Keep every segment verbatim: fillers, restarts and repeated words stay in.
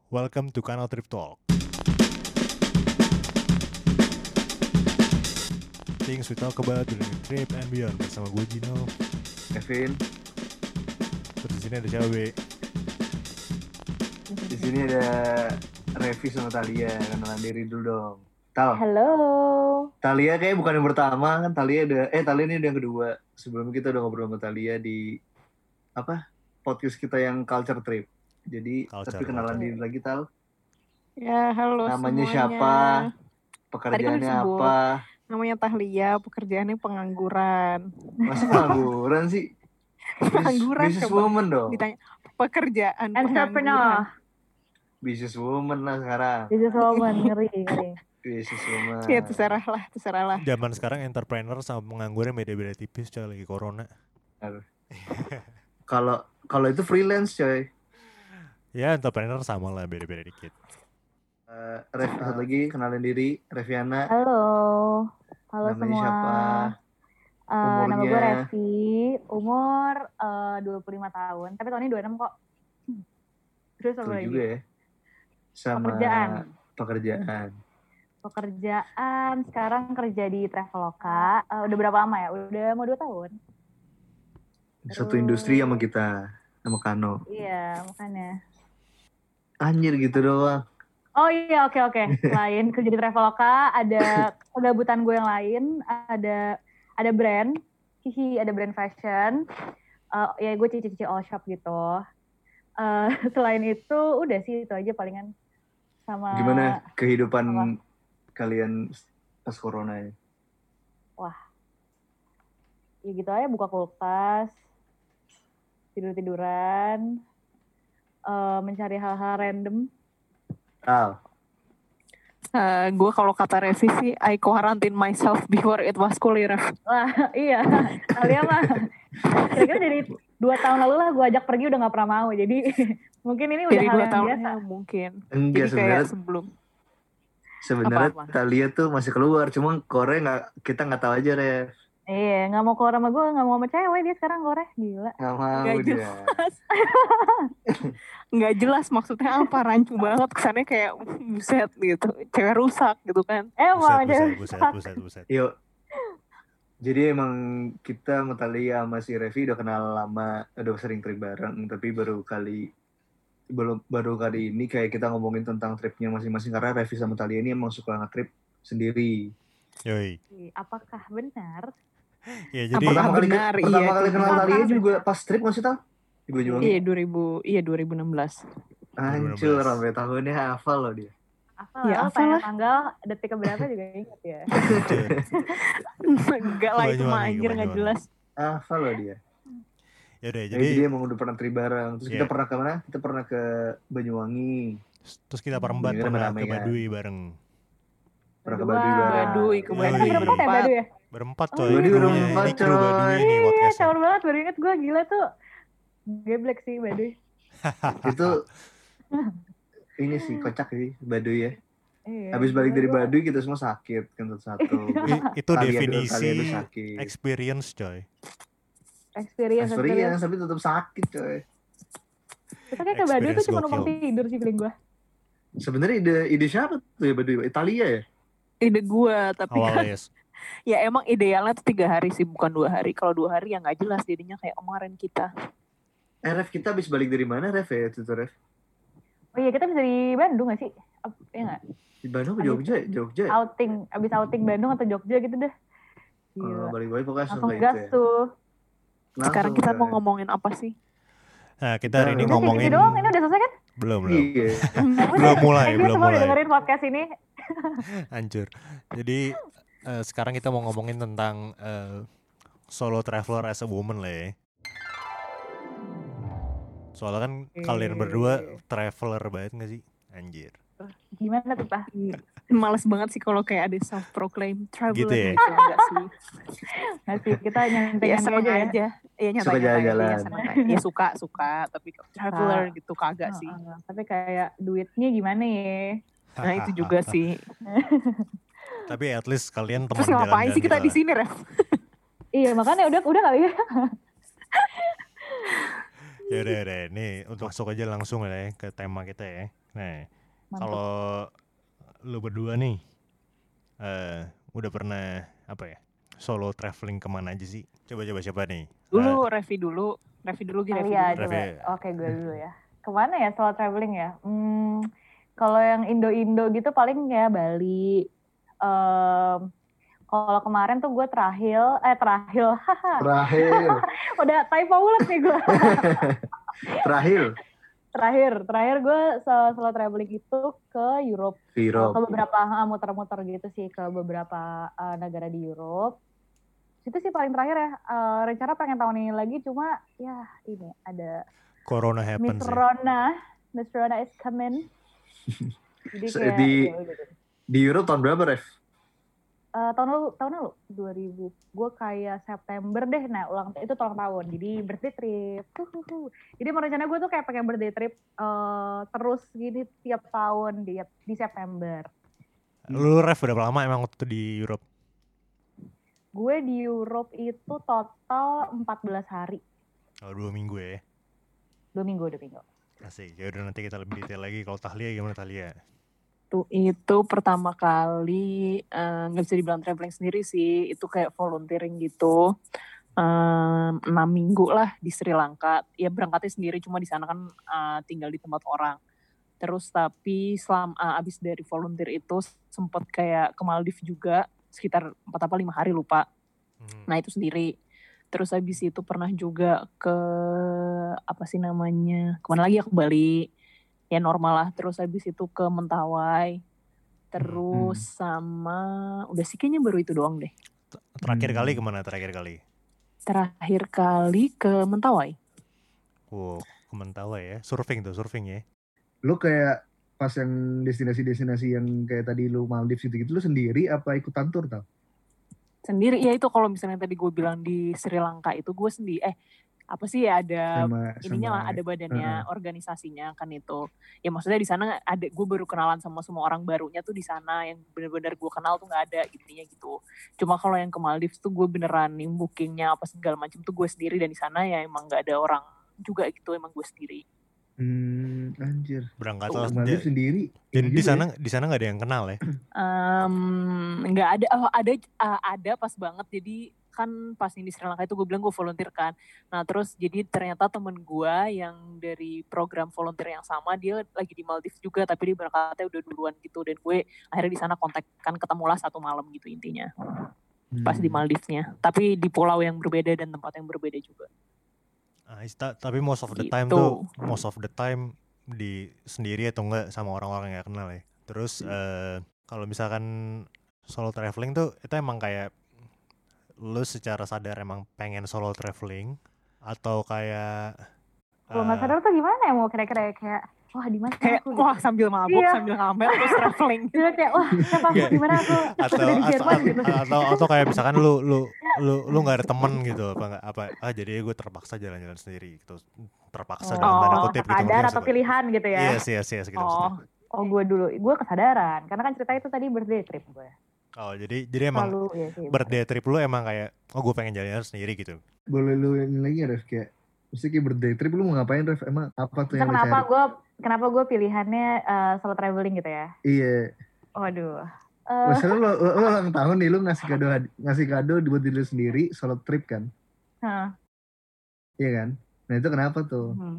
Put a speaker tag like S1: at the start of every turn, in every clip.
S1: Welcome to Kanal Trip Talk. Things we talk about during the trip and beyond. Bersama gue Gino,
S2: Kevin.
S1: Terus di sini ada siapa, Be?
S2: Di sini ada Revi sama Thalia. Kenalan diri dulu dong. Tal.
S3: Halo.
S2: Thalia kayak bukan yang pertama kan. Thalia ada eh Thalia ini udah yang kedua. Sebelumnya kita udah ngobrol sama Thalia di apa? Podcast kita yang Culture Trip. Jadi
S1: Culture,
S2: tapi kenalan
S1: culture.
S2: diri lagi, Tal.
S4: Ya, halo
S2: Namanya
S4: semuanya.
S2: siapa? Pekerjaannya
S4: Tadi kan disebut.
S2: apa?
S4: Namanya Tahlia, pekerjaannya pengangguran.
S2: Masa pengangguran sih?
S4: Pengangguran,
S2: Business
S4: coba.
S2: woman dong.
S4: Ditanya pekerjaan
S3: Entrepreneur.
S2: Business woman lah sekarang.
S3: Business woman, ngeri, ngeri.
S2: Business woman.
S4: Ya terserah lah, terserah lah.
S1: Zaman sekarang entrepreneur sama pengangguran beda-beda tipis, coy, lagi corona.
S2: Kalau kalau itu freelance, coy.
S1: Ya, entrepreneur sama lah, beda-beda dikit.
S2: Uh, Rev, satu lagi kenalin diri, Reviana.
S3: Halo. Halo
S2: Namanya
S3: semua.
S2: siapa?
S3: Eh, nama gue
S2: Umurnya?
S3: Revi. Umur eh, dua puluh lima tahun. Tapi tahun ini dua puluh enam kok. Terus apa
S2: Betul
S3: lagi?
S2: juga ya. Sama
S3: Pekerjaan.
S2: pekerjaan.
S3: Pekerjaan. Sekarang kerja di Traveloka. Eh, udah berapa lama ya? Udah mau dua tahun.
S2: Satu
S3: Terus-
S2: industri sama kita, sama Kano.
S3: Iya, makanya.
S2: Anjir gitu doang.
S3: Oh iya, oke oke. Selain kerja di Traveloka, ada kegabutan gue yang lain, ada ada brand, hihi, ada brand fashion. Eh, ya gue cici-cici all shop gitu. Eh, selain itu, udah sih itu aja palingan. Sama.
S2: Gimana kehidupan
S3: apa?
S2: kalian pas corona ya?
S3: Ya gitu aja, buka kulkas, tidur-tiduran, eh, mencari hal-hal random.
S2: Al,
S4: Eh, gue kalau kata Revi sih, I quarantine myself before it was cool, Rev.
S3: Wah, iya. Kalian mah. Kira-kira dari dua tahun lalu lah gue ajak pergi udah gak pernah mau. Jadi mungkin ini udah
S4: Jadi
S3: hal
S4: dua
S3: yang
S4: tahun
S3: biasa.
S4: ya, mungkin.
S2: enggak
S4: Jadi
S2: sebenarnya
S4: kayak sebelum.
S2: sebenarnya
S4: Apa-apa?
S2: Thalia tuh masih keluar, cuma Korea nggak, kita nggak tahu aja Rev.
S3: Iya, gak mau keluar sama gue, gak mau sama cewek dia sekarang koreh. Gila.
S2: Nggak mau
S4: Nggak
S2: dia.
S4: jelas. Nggak jelas maksudnya apa, rancu banget. Kesannya kayak buset gitu. Cewek rusak gitu kan.
S3: Eh, mau
S1: Buset,
S3: aja.
S1: buset, buset, buset, buset.
S2: Yuk. Jadi emang kita sama Thalia sama si Revi udah kenal lama, udah sering trip bareng, tapi baru kali belum baru kali ini kayak kita ngomongin tentang tripnya masing-masing karena Revi sama Thalia ini emang suka nge-trip sendiri.
S1: Yoi.
S3: Apakah benar?
S1: Ya, jadi
S4: Apakah
S2: pertama kali
S4: benar?
S2: pertama
S4: Iya,
S2: kali
S4: itu
S2: kenal
S3: benar.
S2: Thalia juga pas trip nggak sih Tal? Di Banyuwangi.
S4: Iya, dua ribu, iya dua ribu enam belas.
S2: Hancur
S1: dua ribu enam belas.
S2: sampai tahunnya hafal loh dia.
S3: Apa?
S4: Ya,
S3: Oh,
S4: apa
S3: tanya
S4: lah.
S3: tanggal, detik keberapa juga ingat ya.
S1: Anjir.
S4: Enggak lah, itu mah
S1: Banyuwangi,
S4: anjir nggak
S1: Banyuwangi.
S4: jelas.
S2: Hafal loh dia.
S1: Ya udah,
S2: Jadi,
S1: jadi
S2: dia emang udah pernah trip bareng. Terus kita
S1: Iya.
S2: pernah ke mana? Kita pernah ke Banyuwangi.
S1: terus kita perempat
S2: Ini
S1: pernah
S2: rame-rame
S1: ke
S2: kan.
S1: Baduy bareng.
S2: Pernah ke
S3: Berdua.
S2: Baduy bareng.
S4: Baduy, ke
S1: Iya,
S3: Baduy
S4: Baduy
S1: iya.
S3: berempat ya,
S4: berempat.
S3: Baduy ya?
S1: Berempat
S3: Oh,
S1: coy,
S2: Baduy
S1: krunya.
S2: berempat,
S1: Ini kru
S2: coy.
S1: Baduy nih
S3: Iya,
S1: podcastnya.
S3: tahun banget baru inget gue, gila tuh. Geblek sih Baduy.
S2: Itu ini sih kocak sih Baduy ya.
S3: Iya,
S2: Habis balik dari
S3: gua-
S2: Baduy kita semua sakit kan satu-satu.
S1: I- itu
S2: Kalian dulu,
S1: definisi
S2: kalian dulu sakit.
S1: experience coy.
S3: Experience, experience.
S2: Experience tapi tetap sakit coy.
S3: Kita kayak ke Baduy tuh
S1: Experience
S3: cuma numpang
S1: gokil.
S3: tidur sih feeling gue.
S2: Sebenarnya ide ide siapa tuh ya Baduy? Italia ya?
S4: Ide gue, tapi kan
S1: Awalnya.
S4: ya emang idealnya tuh tiga hari sih, bukan dua hari. Kalau dua hari ya nggak jelas, jadinya kayak kemarin kita.
S2: Eh Ref, kita habis balik dari mana Ref ya itu tuh Ref?
S3: Oh iya, kita bisa di Bandung gak sih? Ap- Iya gak?
S2: Di Bandung apa Jogja? ya? Jogja. ya?
S3: Outing, abis outing Bandung atau Jogja gitu deh.
S2: Oh,
S3: Gila.
S2: balik-balik pokoknya langsung
S3: Langsung
S2: kayak gitu
S3: gas
S2: ya.
S3: tuh.
S2: Langsung,
S4: Sekarang kita
S2: coy.
S4: mau ngomongin apa sih?
S1: Nah, kita hari ini
S2: Udah,
S3: Udah
S1: ngomongin
S3: sih, gitu doang, ini udah selesai kan?
S1: belum belum.
S2: Iya.
S1: Belum mulai,
S3: Thank you
S1: belum
S3: semua udah
S1: mulai.
S3: dengerin podcast ini.
S1: Hancur. Jadi eh, sekarang kita mau ngomongin tentang eh, solo traveler as a woman lah ya. Soalnya kan kalian berdua traveler banget gak sih? Anjir.
S3: Gimana tuh, Tah?
S4: Males banget sih kalau kayak ada self proclaim traveler
S1: Gitu ya?
S4: gitu, enggak sih.
S3: Nanti kita nyantai
S4: Ya
S3: nyantai
S4: seneng
S3: aja ya.
S4: aja. Iya
S2: Suka
S4: nyantai-nyantai aja,
S2: jalan-jalan.
S4: ya seneng aja. Ya suka, suka, tapi kalau traveler gitu kagak sih.
S3: Heeh, tapi kayak duitnya gimana ya?
S4: Nah itu juga sih.
S1: Tapi at least kalian teman
S4: Terus ngapain sih kita di sini, Ref?
S3: Iya, makanya udah udah kali ya.
S1: Ya udah udah nih untuk masuk aja langsung ya ke tema kita ya. Nah,
S3: Mantap.
S1: kalau lu berdua nih, eh udah pernah apa ya? Solo traveling kemana aja sih? Coba-coba siapa nih?
S4: Dulu Revi dulu, Revi dulu Gi, Revi
S3: Alia
S4: dulu.
S3: coba.
S1: Revi.
S3: Oke, gue dulu ya. Kemana ya solo traveling ya? Hmm, kalau yang Indo-Indo gitu paling ya Bali. Em, kalau kemarin tuh gue terakhir, eh terakhir, haha.
S2: Terakhir.
S3: Udah typo mulut nih gue.
S2: Terakhir.
S3: terakhir, terakhir gue so- solo traveling itu ke Europe. Uh, ke
S2: Europe.
S3: beberapa uh, muter-muter gitu sih ke beberapa uh, negara di Europe. Itu sih paling terakhir ya. Uh, rencana pengen tahun ini lagi, cuma ya ini ada
S1: Corona
S3: Miss
S1: happens ya.
S3: Rona, Miss Rona is coming. Jadi
S2: So,
S3: kayak
S2: di-
S3: ya udah deh.
S2: Di Europe tahun berapa, Ref?
S3: Uh, tahun lalu, tahun lalu dua ribu. Gue kayak September deh. Nah, ulang itu ulang tahun. Jadi birthday trip. Huhuhu. Jadi rencana gue tuh kayak pengen birthday trip uh, terus gini tiap tahun di di September.
S1: Lu Ref udah lama emang waktu itu di Europe?
S3: Gue di Europe itu total empat belas hari.
S1: Oh, dua minggu ya.
S3: Dua minggu, dua minggu.
S1: Asik. Ya udah nanti kita lebih detail lagi. Kalau Tahlia gimana Tahlia?
S4: Tuh itu pertama kali nggak uh, bisa dibilang traveling sendiri sih, itu kayak volunteering gitu. Um, enam minggu lah di Sri Lanka. Ya berangkatnya sendiri, cuma di sana kan uh, tinggal di tempat orang. Terus tapi selama uh, abis dari volunteer itu sempat kayak ke Maldives juga sekitar empat apa lima hari lupa. Hmm. Nah itu sendiri. Terus habis itu pernah juga ke apa sih namanya? Kemana lagi ya, ke Bali. Ya normal lah. Terus habis itu ke Mentawai. Terus hmm. sama udah sih kayaknya baru itu doang deh.
S1: Terakhir
S2: Hmm.
S1: kali kemana terakhir kali?
S4: Terakhir kali ke Mentawai.
S1: Wow, ke Mentawai ya. Surfing tuh, surfing ya.
S2: Lu kayak pas yang destinasi-destinasi yang kayak tadi lu Maldives gitu-gitu, lu sendiri apa ikutan tur tau?
S4: Sendiri, ya itu kalau misalnya tadi gue bilang di Sri Lanka itu gue sendiri, eh apa sih ya ada sama, ininya sama, lah ada badannya uh-uh. organisasinya kan itu. Ya maksudnya di sana ada, gue baru kenalan sama semua orang barunya tuh di sana, yang benar-benar gue kenal tuh nggak ada intinya gitu. Cuma kalau yang ke Maldives tuh gue beneran nih bookingnya apa segala macam tuh gue sendiri, dan di sana ya emang nggak ada orang juga gitu, emang gue sendiri.
S2: Hmm, anjir.
S1: Berangkat
S2: oh, Maldives sendiri.
S1: Jadi di sana ya? Di sana nggak ada yang kenal ya?
S4: Um, nggak ada, oh, ada uh, ada pas banget. Jadi kan pas ini di Sri Lanka itu gue bilang gue volunteer kan. Nah terus jadi ternyata temen gue yang dari program volunteer yang sama, dia lagi di Maldives juga, tapi dia berangkatnya udah duluan gitu. Dan gue akhirnya di sana kontak kan, ketemulah satu malam gitu intinya. Hmm. Pas di Maldivesnya, tapi di pulau yang berbeda dan tempat yang berbeda juga.
S1: Ah, tapi most of the
S4: gitu.
S1: time tuh, most of the time di sendiri atau enggak sama orang-orang yang gak kenal ya. Terus uh, kalau misalkan solo traveling tuh itu emang kayak lu secara sadar emang pengen solo traveling atau kayak
S3: kalau nggak uh, sadar tuh gimana ya, mau kira-kira kayak wah di mana
S4: kayak
S3: aku
S4: wah
S3: gitu.
S4: Sambil mabuk iya. Sambil ngamer terus traveling
S3: gitu. Kayak wah siapa aku di mana aku
S1: atau
S3: udah di Jerman
S1: atau,
S3: gitu.
S1: atau atau kayak misalkan lu lu lu lu nggak ada temen gitu apa nggak apa ah jadi gue terpaksa jalan-jalan sendiri gitu, terpaksa
S3: oh,
S1: dalam tanda kutip gitu.
S3: Sadar atau pilihan gitu ya.
S1: Yes yes yes gitu.
S3: Oh oh gue dulu gue kesadaran karena kan cerita itu tadi birthday trip gue.
S1: Oh jadi jadi emang
S3: Lalu, ya sih,
S1: birthday trip lu emang kayak oh gue pengen jalan-jalan sendiri gitu.
S2: Boleh lu yang lagi ya Ref, kayak mesti kayak birthday trip lu mau ngapain Ref, emang apa tuh yang
S3: kenapa gue kenapa gue pilihannya uh, solo traveling gitu ya?
S2: Iya.
S3: Waduh.
S2: Uh, Masalah lo, lo, lo ulang tahun nih, lu ngasih kado ngasih kado buat diri lu sendiri solo trip kan?
S3: Huh.
S2: Iya kan? Nah itu kenapa tuh?
S3: Hmm.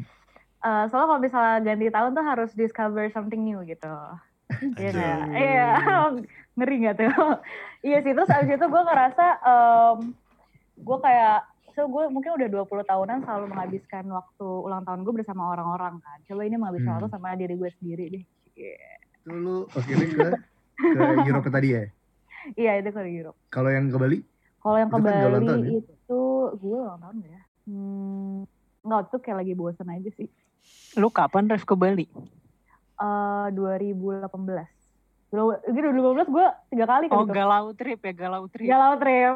S3: Uh, soalnya kalau misalnya ganti tahun tuh harus discover something new gitu. Iya gak? Iya, ngeri gak tuh? Iya sih, terus abis itu gue ngerasa um, gue kayak, so gue mungkin udah dua puluh tahunan selalu menghabiskan waktu ulang tahun gue bersama orang-orang kan. Coba ini menghabiskan hmm. waktu sama diri gue sendiri deh. Yeah.
S2: Itu lu akhirnya ke, ke Eropa tadi ya?
S3: Iya, itu ke Eropa.
S2: Kalau yang ke Bali?
S3: Kalau yang ke
S2: itu
S3: Bali
S2: kan tahun, ya?
S3: itu, gue ulang tahun gak ya? Hmm, enggak, itu kayak lagi bosan aja sih.
S4: Lu kapan Ref ke Bali?
S3: Uh, dua ribu delapan belas. dua ribu delapan belas gue tiga kali kan.
S4: Oh, itu. galau trip ya, galau trip.
S3: Galau trip.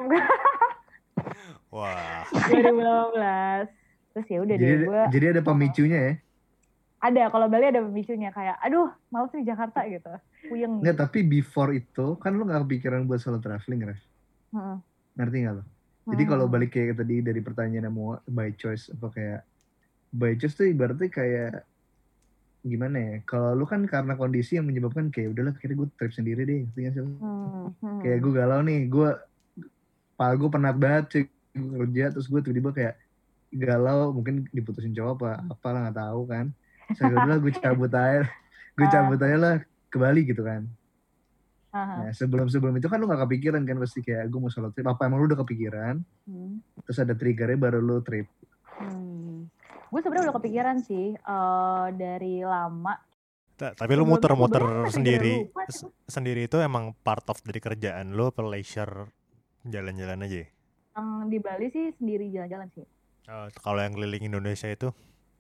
S1: Wah.
S3: dua ribu delapan belas. Terus ya udah deh gue.
S2: Jadi ada pemicunya ya?
S3: Ada, kalau Bali ada pemicunya kayak, aduh, males di Jakarta gitu. Puyeng.
S2: Nggak, tapi before itu kan lu nggak kepikiran buat solo traveling, Ref? Hmm. Ngerti nggak lo? Jadi hmm. kalau balik kayak tadi dari pertanyaan mau by choice apa kayak by choice tuh ibaratnya kayak gimana ya? Kalau lu kan karena kondisi yang menyebabkan kayak udahlah akhirnya gue trip sendiri deh. Hmm, hmm. Kayak gue galau nih, gue pal gue penat banget sih gue kerja, terus gue tiba-tiba kayak galau, mungkin diputusin cowok apa apalah nggak tahu kan. Saya udahlah gue cabut aja, gue cabut aja lah ke Bali gitu kan.
S3: Uh-huh.
S2: Nah sebelum-sebelum itu kan lu gak kepikiran kan pasti kayak gue mau solo trip. Apa emang lu udah kepikiran? Hmm. Terus ada triggernya baru lu trip.
S3: Hmm. Gue sebenarnya udah kepikiran sih uh, dari lama.
S1: Ta- tapi lu muter-muter sendiri sendiri itu emang part of dari kerjaan lu apa leisure jalan-jalan aja?
S3: Yang di Bali sih sendiri jalan-jalan sih.
S1: Uh, kalau yang keliling Indonesia itu?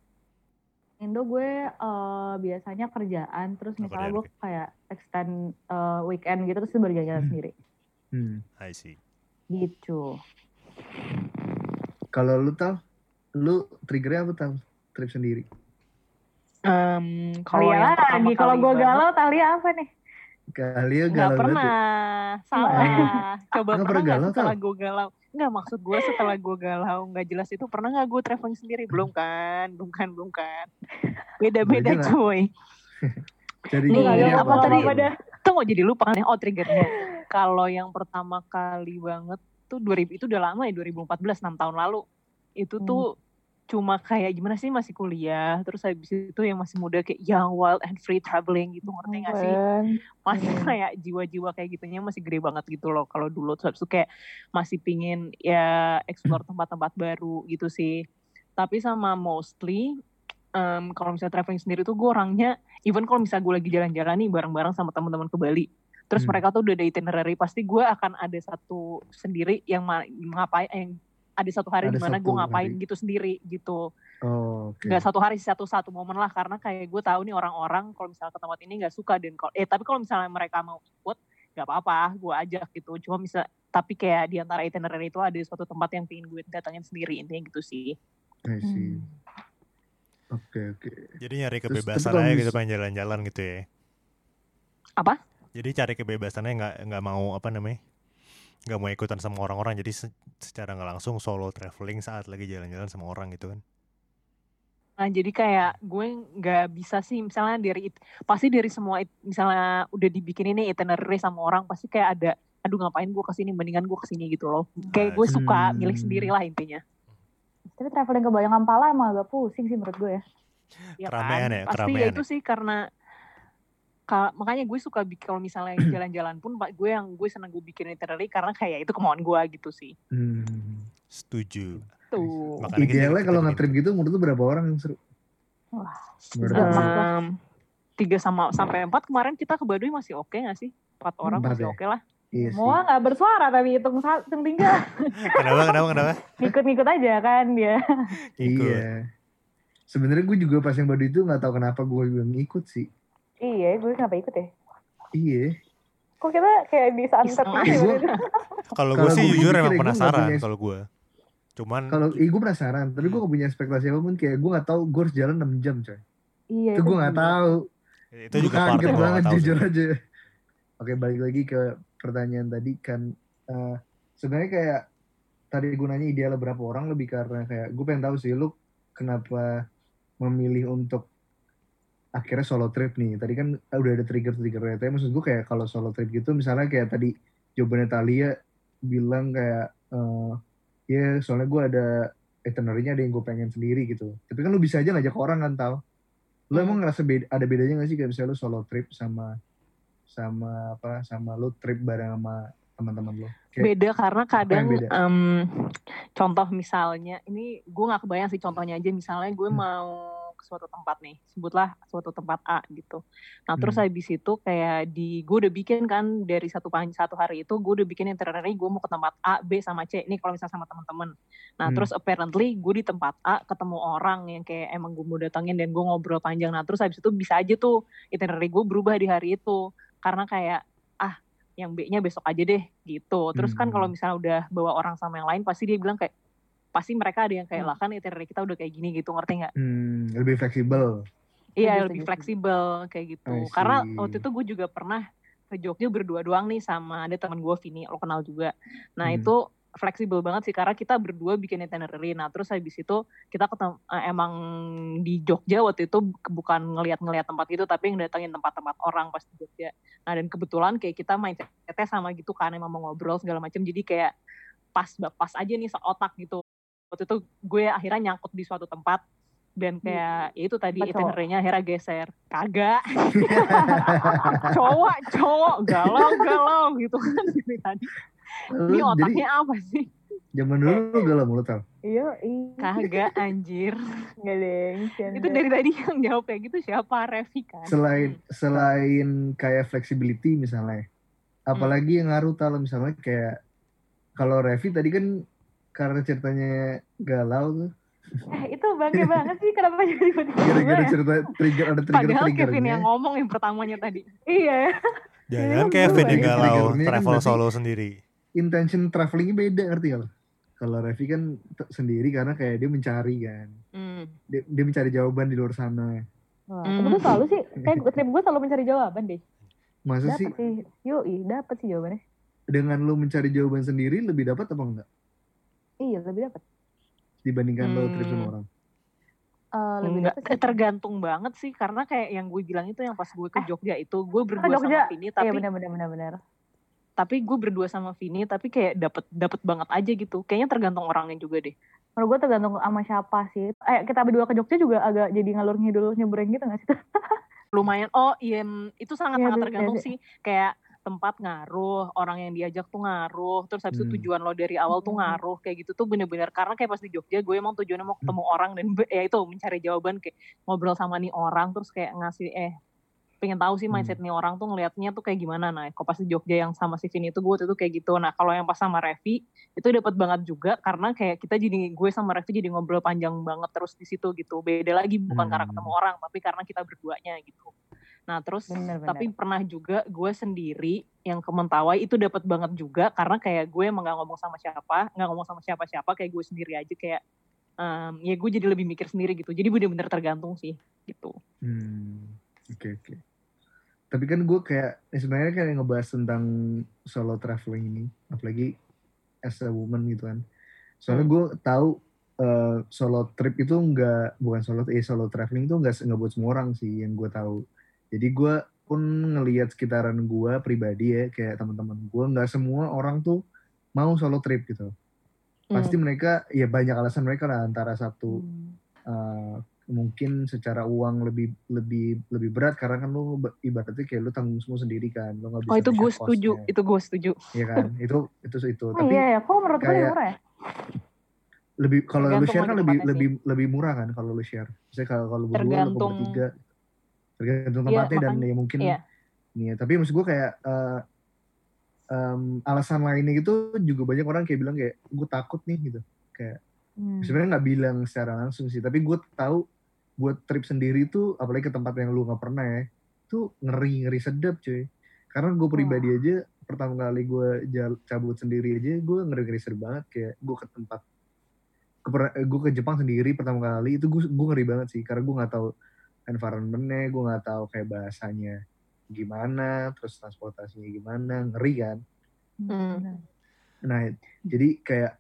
S3: Indo gue uh, biasanya kerjaan, terus misalnya gue kayak extend uh, weekend gitu, terus baru jalan-jalan hmm. sendiri.
S2: Hmm.
S1: I see.
S3: Gitu.
S2: Kalau lu tau, lu triggernya apa tau? Trip sendiri?
S4: Um, kalau yang
S3: lagi, kalau gue galau, Talia apa nih?
S2: Talia galau.
S4: Gak pernah, salah. Coba gak pernah gak setelah gue galau? Enggak, maksud gue setelah gue galau nggak jelas itu pernah nggak gue traveling sendiri? Belum kan, belum kan, belum kan. Beda-beda cuy.
S2: Jadi
S4: nih, apa tadi? Tunggu jadi lupa kan? Oh triggernya. Kalau yang pertama kali banget tuh dua ribu itu udah lama ya, dua ribu empat belas, enam tahun lalu. Itu tuh hmm. cuma kayak gimana sih, masih kuliah, terus habis itu yang masih muda kayak young, wild and free traveling gitu, ngerti nggak sih? Masih hmm. kayak jiwa-jiwa kayak gitunya masih gede banget gitu loh. Kalau dulu tuh habis itu kayak masih pingin ya explore tempat-tempat baru gitu sih. Tapi sama mostly um, kalau misalnya traveling sendiri tuh gue orangnya, even kalau misalnya gue lagi jalan-jalan nih bareng-bareng sama teman-teman ke Bali, terus hmm. mereka tuh udah ada itinerary, pasti gue akan ada satu sendiri yang ma- ngapain yang ada satu hari di mana gue ngapain hari. gitu sendiri gitu.
S2: Oh, okay.
S4: Gak satu hari, satu satu momen lah, karena kayak gue tahu nih orang-orang kalau misalnya ke tempat ini nggak suka dan kalau eh tapi kalau misalnya mereka mau ikut nggak apa-apa, gue ajak gitu. Cuma misal tapi kayak di antara itinerary itu ada suatu tempat yang pengen gue datangin sendiri, intinya gitu sih.
S2: I see. Hmm. Oke okay, oke. Okay.
S1: Jadi nyari kebebasan aja gitu, pengen jalan-jalan gitu ya.
S4: Apa?
S1: Jadi cari kebebasannya, nggak nggak mau apa namanya? Gak mau ikutan sama orang-orang, jadi se- secara gak langsung solo traveling saat lagi jalan-jalan sama orang gitu kan.
S4: Nah jadi kayak gue gak bisa sih misalnya dari pasti dari semua misalnya udah dibikin ini itinerary sama orang, pasti kayak ada aduh ngapain gue kesini, mendingan gue kesini gitu loh. Kayak gue suka milih sendiri lah intinya.
S3: Tapi traveling ke Bayangkara emang agak pusing sih menurut gue ya.
S4: Ya
S1: keramaian
S4: kan?
S1: ya,
S4: Pasti
S1: keramaian
S4: ya
S1: ya.
S4: Itu sih karena Ka- makanya gue suka bikin kalau misalnya jalan-jalan pun gue yang gue seneng gue bikin itinerary karena kayak itu kemauan gue gitu sih.
S2: Hmm.
S1: Setuju.
S4: Tuh.
S2: Idealnya kalau nge-trip gitu menurut lu berapa orang yang seru?
S3: Wah,
S4: um, tiga sama sampai empat kemarin kita ke Baduy masih oke okay nggak sih? Empat orang empat masih ya? Oke okay lah.
S2: Iya
S3: Moa nggak bersuara tapi hitung hitung tiga.
S1: Kenapa kenapa kenapa?
S3: Ngikut-ngikut aja kan dia.
S2: Iya. Sebenarnya gue juga pas yang Baduy itu nggak tahu kenapa gue juga ngikut sih.
S3: Iya, gue kenapa ikut ya?
S2: Iya.
S3: Kok kita kayak disantet gitu?
S1: Kalau gue sih jujur emang penasaran kalau gue. Cuman
S2: kalau eh, gue penasaran, tapi gue gak punya ekspektasi apapun, kayak gue gak tahu gue harus jalan enam jam coy.
S3: Iya.
S2: Itu gue gak tahu.
S1: Itu juga part
S2: kaget banget jujur sih. aja. Oke, balik lagi ke pertanyaan tadi kan. Uh, sebenarnya kayak tadi gue nanya idealnya berapa orang, lebih karena kayak gue pengen tahu sih lu kenapa memilih untuk akhirnya solo trip nih. Tadi kan udah ada trigger-triggernya. Tapi maksud gue kayak kalau solo trip gitu, misalnya kayak tadi jawabannya Talia bilang kayak, uh, ya yeah, soalnya gue ada itinerary-nya ada yang gue pengen sendiri gitu. Tapi kan lu bisa aja ngajak orang kan, tau. Lu hmm. emang ngerasa beda, ada bedanya gak sih kayak misalnya lu solo trip sama sama apa sama lu trip bareng sama teman-teman lu? Kayak,
S4: beda karena kadang um, contoh misalnya, ini gue gak kebayang sih contohnya aja, misalnya gue hmm. mau suatu tempat nih, sebutlah suatu tempat A gitu. Nah terus hmm. habis itu kayak di gue udah bikin kan dari satu satu hari itu gue udah bikin itinerary gue mau ke tempat A, B sama C. Ini kalau misalnya sama teman-teman. Nah hmm. terus apparently gue di tempat A ketemu orang yang kayak emang gue mau datangin dan gue ngobrol panjang. Nah terus habis itu bisa aja tuh itinerary gue berubah di hari itu karena kayak ah yang B-nya besok aja deh gitu. Terus hmm. kan kalau misalnya udah bawa orang sama yang lain pasti dia bilang kayak pasti mereka ada yang kayak lah kan itinerary kita udah kayak gini gitu, ngerti nggak?
S2: Hmm, lebih fleksibel.
S4: Iya lebih fleksibel kayak gitu. Karena waktu itu gue juga pernah ke Jogja berdua doang nih sama ada teman gue Vini, lo kenal juga. Nah hmm. itu fleksibel banget sih karena kita berdua bikin itinerary. Nah terus habis itu kita ketemu, uh, emang di Jogja waktu itu bukan ngelihat-ngelihat tempat itu tapi ngedatengin tempat-tempat orang pas di Jogja. Nah dan kebetulan kayak kita main mindsetnya sama gitu kan, emang mau ngobrol segala macam, jadi kayak pas pas aja nih seotak gitu. Waktu itu gue akhirnya nyangkut di suatu tempat dan kayak ya itu tadi itinerary-nya akhirnya geser. Kagak. cowok cowok galau galau gitu kan tadi. Ini otaknya jadi, apa sih?
S2: Zaman dulu lu galau mulu tau?
S3: Iya, iya.
S4: Kagak anjir.
S3: Nggak deng.
S4: Itu dari tadi yang jawab kayak gitu siapa? Revi kan?
S2: Selain hmm. selain kayak flexibility misalnya, apalagi hmm. yang ngaruh tau misalnya kayak kalau Revi tadi kan karena ceritanya galau tuh.
S3: Eh itu bangke banget sih, kenapa jadi tiba-tiba
S2: gara-gara cerita trigger ada trigger-triggernya.
S4: Padahal Kevin yang ngomong yang pertamanya tadi.
S3: Iya.
S1: Jangan Kevin yang galau travel kan solo sendiri.
S2: Intention travelingnya beda, ngerti gak lo? Kalau Revi kan t- sendiri karena kayak dia mencari kan. Mm. Dia, dia mencari jawaban di luar sana.
S3: Wah, mm. Aku tuh selalu sih, kayak trip gue selalu mencari jawaban deh.
S2: Masa
S3: dapet
S2: sih?
S3: sih? Yoi, dapet sih jawabannya. Dengan
S2: lo mencari jawaban sendiri lebih dapat apa enggak?
S3: Iya, lebih dapat.
S2: Dibandingkan hmm. lo trip sama orang?
S3: Uh, lebih
S4: Enggak,
S3: dapet
S4: tergantung banget sih. Karena kayak yang gue bilang itu yang pas gue ke Jogja itu, gue berdua sama Vini. Tapi,
S3: iya benar-benar.
S4: Tapi gue berdua sama Vini, tapi kayak dapet dapet banget aja gitu. Kayaknya tergantung orangnya juga deh.
S3: Kalau gue tergantung sama siapa sih. Eh kita berdua ke Jogja juga agak jadi ngalur ngidul nyebrang gitu nggak sih?
S4: Lumayan. Oh iya, itu sangat-sangat ya, tergantung ya, sih. Kayak tempat ngaruh, orang yang diajak tuh ngaruh, terus habis itu hmm. tujuan lo dari awal tuh ngaruh, kayak gitu tuh bener-bener. Karena kayak pas di Jogja gue emang tujuannya mau ketemu hmm. orang dan ya itu mencari jawaban, kayak ngobrol sama nih orang, terus kayak ngasih eh pengen tahu sih mindset nih orang tuh ngelihatnya tuh kayak gimana. Nah kok pas di Jogja yang sama si Vini itu gue tuh kayak gitu. Nah kalau yang pas sama Revi itu dapat banget juga karena kayak kita jadi gue sama Revi jadi ngobrol panjang banget terus di situ gitu. Beda lagi bukan hmm. karena ketemu orang tapi karena kita berduanya gitu. Nah terus bener, bener. Tapi pernah juga gue sendiri yang ke Mentawai itu dapat banget juga karena kayak gue emang gak ngomong sama siapa, gak ngomong sama siapa-siapa, kayak gue sendiri aja kayak um, ya gue jadi lebih mikir sendiri gitu. Jadi bener-bener tergantung sih gitu.
S2: Hmm. Oke okay, oke. Okay. Tapi kan gue kayak sebenarnya kayak ngebahas tentang solo traveling ini, apalagi as a woman gitu kan. Soalnya hmm. gue tahu uh, solo trip itu nggak bukan solo eh solo traveling itu nggak nggak buat semua orang sih yang gue tahu. Jadi gue pun ngelihat sekitaran gue pribadi ya kayak teman-teman gue nggak semua orang tuh mau solo trip gitu. Hmm. Pasti mereka ya banyak alasan mereka lah, antara satu hmm. uh, mungkin secara uang lebih lebih lebih berat karena kan lu ibaratnya kayak lu tanggung semua sendiri kan, lu nggak bisa.
S4: Oh itu gue setuju, itu gue setuju.
S2: Iya kan, itu itu itu.
S3: Oh,
S2: tapi
S3: iya ya, kok menurut gue murah ya?
S2: Lebih kalau lu share kan lebih lebih sih. lebih murah kan kalau lu share. Misalnya kalau kalau berdua lu bertiga, tergantung tempatnya iya, dan ya mungkin. Iya. Nih, tapi maksud gue kayak uh, um, alasan lainnya gitu juga banyak orang kayak bilang kayak gue takut nih gitu, kayak hmm. sebenarnya nggak bilang secara langsung sih, tapi gue tahu buat trip sendiri tuh apalagi ke tempat yang lu nggak pernah ya tuh ngeri ngeri sedap cuy. Karena gue pribadi wow. aja pertama kali gue cabut sendiri aja gue ngeri ngeri sedap banget, kayak gue ke tempat ke gue ke Jepang sendiri pertama kali itu gue gue ngeri banget sih karena gue nggak tahu environmentnya, gue nggak tahu kayak bahasanya gimana, terus transportasinya gimana, ngeri kan. Hmm. Nah jadi kayak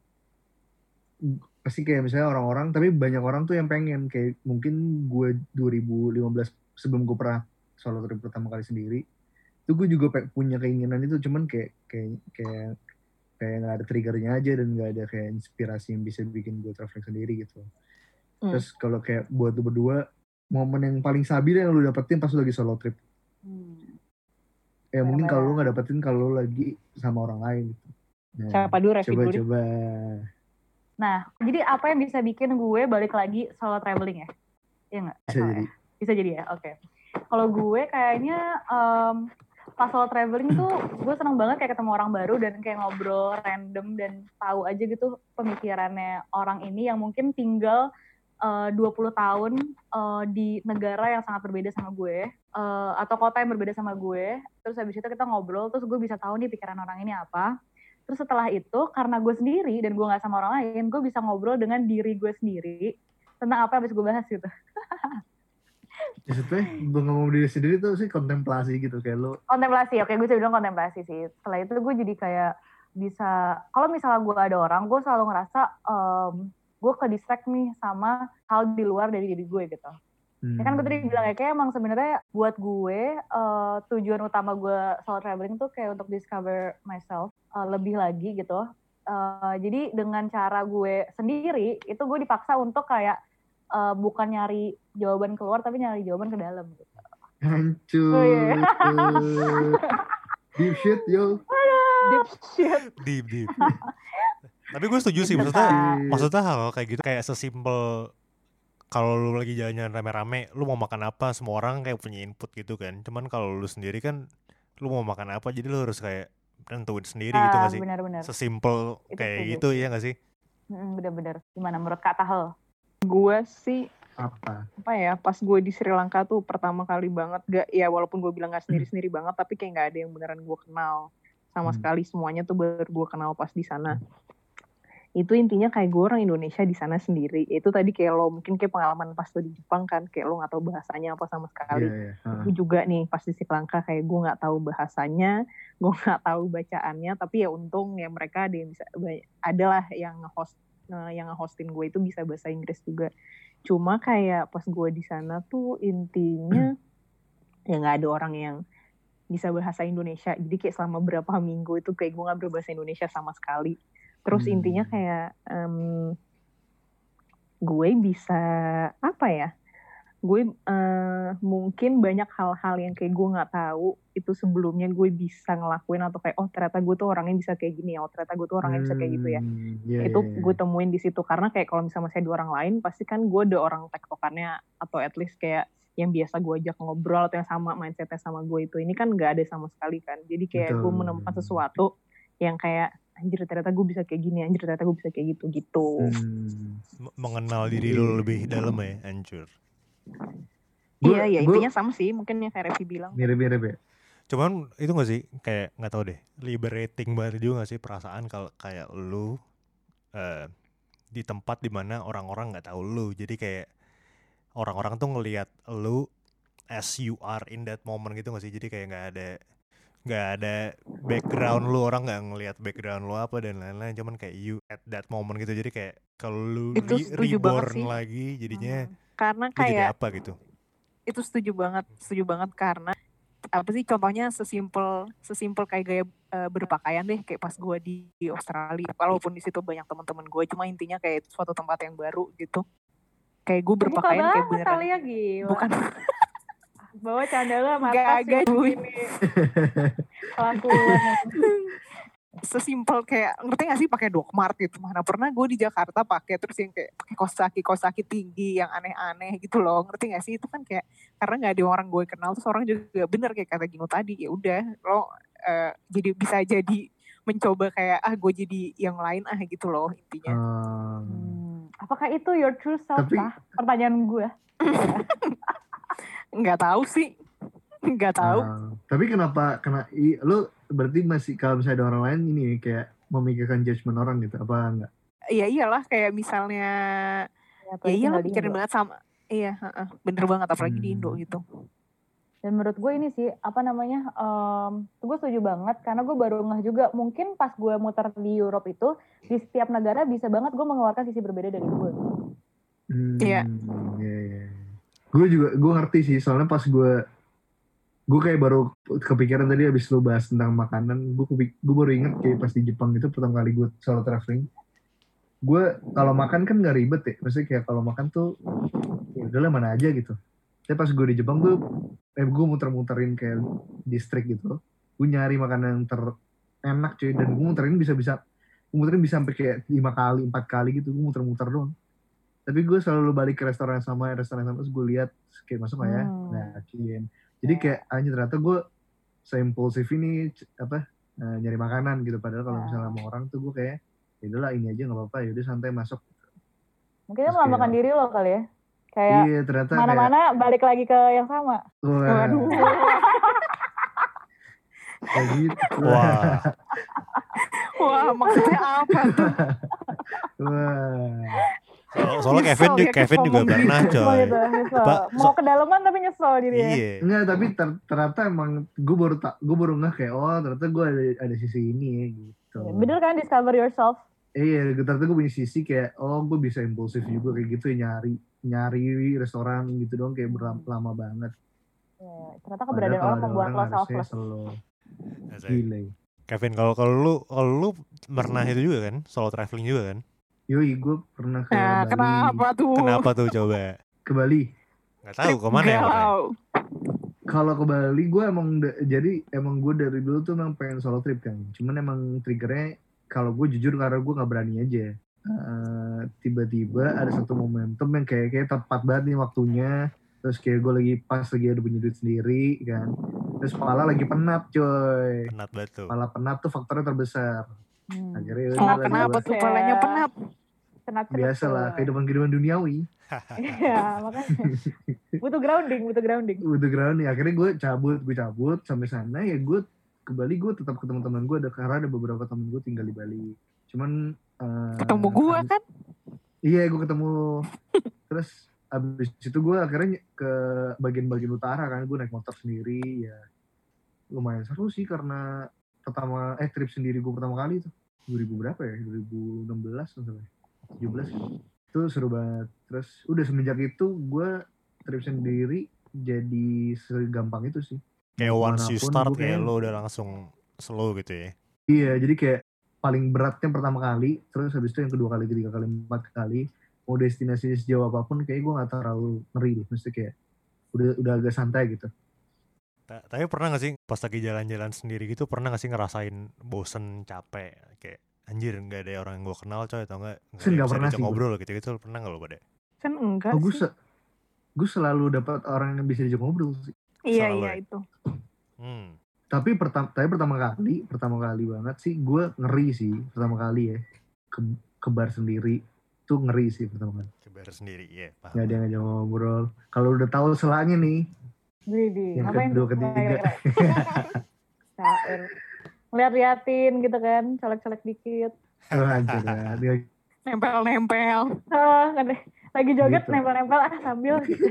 S2: pasti kayak misalnya orang-orang, tapi banyak orang tuh yang pengen kayak mungkin gue dua ribu lima belas sebelum gue pernah solo trip pertama kali sendiri itu gue juga pe- punya keinginan itu, cuman kayak kayak kayak kayak nggak ada triggernya aja dan nggak ada kayak inspirasi yang bisa bikin gue traveling sendiri gitu. Hmm. Terus kalau kayak buat lu berdua momen yang paling sabi yang lu dapetin pas lu lagi solo trip, hmm. ya mungkin kalau lu nggak dapetin kalau lu lagi sama orang lain gitu. Nah,
S4: siapa dulu Revi
S2: coba
S4: dulu
S2: coba.
S3: Nah, jadi apa yang bisa bikin gue balik lagi solo traveling ya? Iya nggak?
S2: Bisa oh, jadi.
S3: Ya? Bisa jadi ya, oke. Okay. Kalau gue kayaknya um, pas solo traveling tuh gue seneng banget kayak ketemu orang baru dan kayak ngobrol random dan tahu aja gitu pemikirannya orang ini yang mungkin tinggal uh, dua puluh tahun uh, di negara yang sangat berbeda sama gue uh, atau kota yang berbeda sama gue. Terus habis itu kita ngobrol, terus gue bisa tahu nih pikiran orang ini apa. Terus setelah itu, karena gue sendiri dan gue gak sama orang lain, gue bisa ngobrol dengan diri gue sendiri tentang apa yang habis gue bahas gitu.
S2: Ya sebetulnya ngomong diri sendiri tuh sih kontemplasi gitu, kayak lo.
S3: Kontemplasi, oke gue bisa bilang kontemplasi sih. Setelah itu gue jadi kayak, bisa, kalau misalnya gue ada orang, gue selalu ngerasa um, gue ke distract nih sama hal di luar dari diri gue gitu. Hmm. Ya kan gue tadi bilang ya, kayak emang sebenarnya buat gue uh, tujuan utama gue solo traveling tuh kayak untuk discover myself uh, lebih lagi gitu. Uh, jadi dengan cara gue sendiri itu gue dipaksa untuk kayak uh, bukan nyari jawaban keluar tapi nyari jawaban ke dalam gitu.
S2: Hancur.
S3: Oh, yeah.
S2: Deep shit yo.
S3: Deep shit.
S1: Deep deep. Tapi gue setuju sih, maksudnya maksudnya hal kayak gitu kayak sesimpel kalau lu lagi jalan-jalan rame-rame, lu mau makan apa, semua orang kayak punya input gitu kan. Cuman kalau lu sendiri kan, lu mau makan apa, jadi lu harus kayak nentuin sendiri ah, gitu gak sih?
S3: Benar-benar.
S1: Sesimpel kayak gitu, iya gak sih?
S3: Hmm, bener-bener. Gimana menurut Kak Tahel?
S4: Gue sih,
S2: apa?
S4: Apa ya, pas gue di Sri Lanka tuh pertama kali banget, gak, ya walaupun gue bilang gak sendiri-sendiri hmm. banget, tapi kayak gak ada yang beneran gue kenal. Sama hmm. sekali, semuanya tuh baru gue kenal pas di sana. Itu intinya kayak gue orang Indonesia di sana sendiri. Itu tadi kayak lo mungkin kayak pengalaman pas lo di Jepang kan, kayak lo nggak tahu bahasanya apa sama sekali. Yeah, yeah. Uh. Gue juga nih pas di Sri Lanka kayak gue nggak tahu bahasanya, gue nggak tahu bacaannya, tapi ya untung ya mereka ada yang bisa, adalah yang nge-host, yang nge-hostin gue itu bisa bahasa Inggris juga. Cuma kayak pas gue di sana tuh intinya ya nggak ada orang yang bisa bahasa Indonesia. Jadi kayak selama berapa minggu itu kayak gue nggak berbahasa Indonesia sama sekali. Terus hmm. intinya kayak um, gue bisa apa ya? Gue uh, mungkin banyak hal-hal yang kayak gue nggak tahu itu sebelumnya gue bisa ngelakuin atau kayak oh ternyata gue tuh orangnya bisa kayak gini ya, oh ternyata gue tuh orangnya hmm. bisa kayak gitu ya. Yeah, itu yeah, yeah. gue temuin di situ karena kayak kalau misalnya masih ada orang lain pasti kan gue ada orang tektokannya atau at least kayak yang biasa gue ajak ngobrol atau yang sama mindsetnya sama gue itu. Ini kan nggak ada sama sekali kan. Jadi kayak Betul. gue menemukan sesuatu yang kayak anjir ternyata gue bisa kayak gini, anjir ternyata gue bisa kayak gitu gitu.
S1: Hmm. Mengenal diri lo lebih dalam ya, anjir.
S4: Iya, ya intinya sama sih, mungkin yang kayak Revi bilang.
S2: Mirip-mirip ya.
S1: Cuman itu nggak sih, kayak nggak tahu deh, liberating banget juga nggak sih perasaan kalau kayak lu uh, di tempat dimana orang-orang nggak tahu lu, jadi kayak orang-orang tuh ngelihat lu as you are in that moment gitu nggak sih, jadi kayak nggak ada nggak ada background lu, orang nggak ngelihat background lu apa dan lain-lain, cuman kayak you at that moment gitu. Jadi kayak kalau lu re- reborn lagi jadinya hmm.
S4: karena kayak
S1: jadi apa gitu.
S4: Itu setuju banget, setuju banget karena apa sih contohnya sesimpel sesimpel kayak gaya uh, berpakaian deh, kayak pas gue di, di Australia, walaupun di situ banyak teman-teman gue, cuma intinya kayak suatu tempat yang baru gitu. Kayak gue berpakaian kayak beneran. Bukan
S3: bawa candala mata
S4: sih
S3: ini kelakuan.
S4: Sesimpel kayak ngerti gak sih pakai Dokmart gitu. Mana pernah gue di Jakarta pakai terus yang kayak pakai kosaki kosaki tinggi yang aneh-aneh gitu loh, ngerti gak sih? Itu kan kayak karena nggak ada orang gue kenal, terus orang juga bener kayak kata Gino tadi, ya udah lo uh, jadi bisa jadi mencoba kayak ah gue jadi yang lain ah gitu loh intinya.
S2: Hmm.
S3: Hmm, apakah itu your true self?
S2: Tapi...
S3: lah pertanyaan gue.
S4: Nggak tahu sih, nggak tahu.
S2: Uh, tapi kenapa kena i, lo berarti masih kalau misalnya ada orang lain ini kayak memikirkan judgement orang gitu apa enggak?
S4: Iya iyalah kayak misalnya ya, ya iyalah pikirin banget sama iya uh, bener banget apalagi hmm. di Indo gitu.
S3: Dan menurut gue ini sih apa namanya um, gue setuju banget karena gue baru ngeh juga mungkin pas gue muter di Europe itu di setiap negara bisa banget gue mengeluarkan sisi berbeda dari gue.
S4: Iya.
S2: Hmm, iya iya. Gue juga gue ngerti sih soalnya pas gue gue kayak baru kepikiran tadi abis lu bahas tentang makanan, gue gue baru inget kayak pas di Jepang itu pertama kali gue solo traveling, gue kalau makan kan nggak ribet ya, maksudnya kayak kalau makan tuh ya udahlah mana aja gitu. Tapi pas gue di Jepang tuh eh gue muter-muterin kayak distrik gitu, gue nyari makanan yang terenak cuy, dan gue muterin bisa-bisa gue muterin bisa sampai kayak lima kali empat kali gitu, gue muter-muter doang. Tapi gue selalu balik ke restoran yang sama, restoran yang sama, terus gue lihat kayak masuk nggak ya, hmm. nah yakin. Jadi kayak aja ternyata gue seimpulsif ini apa uh, nyari makanan gitu. Padahal kalau misalnya sama orang tuh gue kayak ya udahlah ini aja nggak apa-apa, yaudah santai masuk.
S3: Mungkin melambangkan diri lo kali ya. Kayak
S2: iya, ternyata
S3: mana-mana
S2: kayak,
S3: balik lagi ke yang sama.
S2: Waduh. Kayak gitu.
S1: Wah.
S4: Wah maksudnya apa tuh?
S2: Wah.
S1: So, soalnya Kevin juga, Kevin juga pernah coy.
S3: Gitu, Apa, mau so, kedalaman tapi nyesel dirinya.
S2: Iya. Enggak, tapi ter, ternyata emang gue baru tak gue baru ngeh kayak oh ternyata gue ada ada sisi ini ya gitu. gitu.
S3: Bener kan, discover yourself.
S2: Eh, iya, ternyata gue punya sisi kayak, oh gue bisa impulsif juga kayak gitu ya, nyari nyari restoran gitu dong kayak berlama lama banget.
S3: Ya, ternyata
S2: Padahal
S3: keberadaan
S2: kalau
S3: orang
S2: ada
S3: membuat
S2: orang
S3: lo
S2: harusnya
S3: selfless.
S2: selalu
S1: Asik.
S2: gile.
S1: Kevin, kalau kalau lu kalau lu pernah itu juga kan, solo traveling juga kan?
S2: Yoi, gue pernah ke
S4: Nah,
S2: Bali.
S4: kenapa tuh?
S1: Kenapa tuh coba?
S2: Ke Bali.
S1: Nggak tahu kemana ya pernah.
S4: Galau.
S2: Kalau ke Bali gue emang da- jadi emang gue dari dulu tuh emang pengen solo trip kan. Cuman emang triggernya kalau gue jujur karena gue nggak berani aja. Uh, tiba-tiba ada satu momentum yang kayak kayak tepat banget nih waktunya. Terus kayak gue lagi pas lagi ada punya duit sendiri kan. Terus kepala lagi penat coy.
S1: Penat banget tuh.
S2: Kepala penat tuh faktornya terbesar.
S3: Hmm.
S2: Akhirnya
S4: Oh,
S2: udah
S4: kenapa
S2: gua-
S4: tuh palanya penat?
S3: Senap-senap
S2: biasa lah
S3: tuh.
S2: kehidupan-kehidupan duniawi.
S3: Iya, makanya. Butuh grounding, butuh grounding.
S2: Udah grounding. Akhirnya gue cabut, gue cabut sampai sana ya gue ke Bali gue tetap ketemu teman gue ada karena ada beberapa teman gue tinggal di Bali. Cuman uh,
S4: Ketemu gua kan?
S2: Iya, gue ketemu. Terus abis itu gue akhirnya ke bagian-bagian utara kan, gue naik motor sendiri ya. Lumayan seru sih karena pertama eh trip sendiri gue pertama kali tuh dua ribu berapa ya? dua ribu enam belas misalnya. tujuh belas kan. Itu seru banget. Terus udah semenjak itu gue trip sendiri jadi segampang itu sih.
S1: Kayak once you
S2: Kemanapun
S1: start
S2: gue
S1: kayak
S2: kayak-
S1: lo udah langsung slow gitu ya.
S2: Iya, jadi kayak paling beratnya pertama kali, terus habis itu yang kedua kali, ketiga kali, empat kali, mau destinasi sejauh apapun, kayak gue gak terlalu ngeri deh, mesti kayak udah udah agak santai gitu.
S1: Ta- Tapi pernah gak sih pas lagi jalan-jalan sendiri gitu, pernah gak sih ngerasain bosen, capek, kayak anjir gak ada orang yang gue kenal coy atau gak, gak
S2: Sen,
S1: ada yang
S2: nggak
S1: bisa
S2: pernah
S1: diajak
S2: sih gue.
S1: ngobrol gitu-gitu, pernah gak lo pada?
S4: Kan enggak
S2: Oh, gue
S4: sih.
S2: se gue selalu dapat orang yang bisa diajak ngobrol sih.
S4: Iya,
S1: Selalu
S4: iya
S1: ya?
S4: itu.
S1: Hmm.
S2: Tapi pertama, tapi pertama kali, pertama kali banget sih, gue ngeri sih pertama kali ya ke, ke bar sendiri, tuh ngeri sih pertama kali.
S1: Kebar sendiri, iya paham.
S2: Gak ada yang ngajak ngobrol. Kalau udah tahu selanya nih,
S3: Widih,
S2: yang
S3: ngapain
S2: kedua
S3: tuh?
S2: ketiga.
S3: Kira-kira. Lihat-liatin gitu kan, colek-colek dikit.
S2: Oh, anjir, ya. Dia-
S4: Nempel-nempel.
S3: Ah, kan deh. Lagi joget
S2: Gitu.
S3: nempel-nempel ah sambil gitu.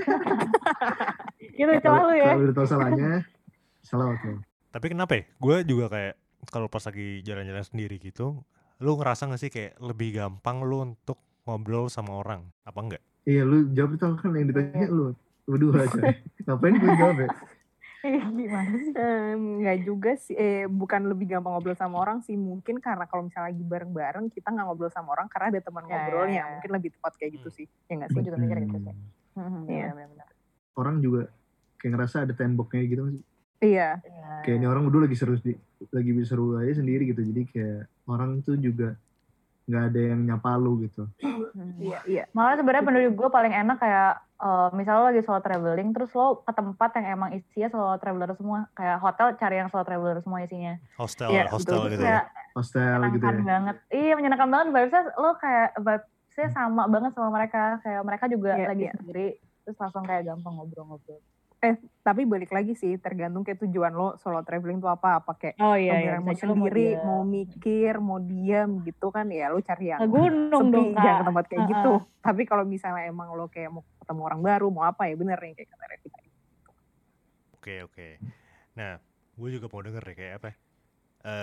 S3: Gitu celah
S2: Kalau
S3: lu ya.
S2: kalau udah tahu salahnya, salah oke.
S1: Tapi kenapa ya? Gue juga kayak kalau pas lagi jalan-jalan sendiri gitu, lu ngerasa gak sih kayak lebih gampang lu untuk ngobrol sama orang? Apa enggak?
S2: Iya, lu jawab itu kan yang ditanya lu berdua aja. Ngapain gue jawab ya?
S3: Ih, gimana sih?
S4: Em, nggak juga sih, eh bukan lebih gampang ngobrol sama orang sih, mungkin karena kalau misalnya lagi bareng-bareng kita nggak ngobrol sama orang karena ada teman
S3: Ya,
S4: ngobrolnya,
S3: ya, ya.
S4: mungkin lebih tepat kayak gitu
S1: Hmm.
S4: sih, ya nggak
S3: Gue
S4: sih?
S3: juga mikir gitu sih.
S2: Hmm.
S3: Hmm,
S4: Iya.
S3: benar-benar.
S2: Orang juga kayak ngerasa ada temboknya gitu sih.
S4: Iya,
S3: Ya.
S2: Kayak ini orang berdua lagi seru di- lagi seru aja sendiri gitu. Jadi kayak orang tuh juga nggak ada yang nyapa lu gitu.
S3: Hmm.
S4: iya, iya.
S3: Malah sebenarnya menurut gue paling enak kayak eh, misalnya lo lagi solo traveling terus lo ke tempat yang emang isinya solo traveler semua, kayak hotel cari yang solo traveler semua isinya.
S1: Hostel,
S4: Iya,
S1: hostel
S4: betul.
S1: gitu
S3: Terus
S1: ya.
S3: kayak
S2: Hostel gitu
S3: menyenangkan
S2: ya.
S3: banget. Iya, menyenangkan banget, vibes-nya lo kayak vibes-nya sama banget sama mereka, kayak mereka juga
S4: Iya,
S3: lagi
S4: iya.
S3: sendiri, terus langsung kayak gampang ngobrol-ngobrol.
S4: Tapi balik lagi sih, tergantung kayak tujuan lo solo traveling tuh apa, apa kayak
S3: Oh
S4: lo beneran mau sendiri, mau mikir, mau diam gitu kan, ya lo cari yang
S3: gunung
S4: sepi,
S3: dong kak.
S4: jangan ke tempat kayak
S3: Uh-uh.
S4: gitu. Tapi kalau misalnya emang lo kayak mau ketemu orang baru, mau apa ya bener nih kayak kata Revi tadi.
S1: Oke, oke. Nah, gue juga mau denger deh kayak apa ya, eh,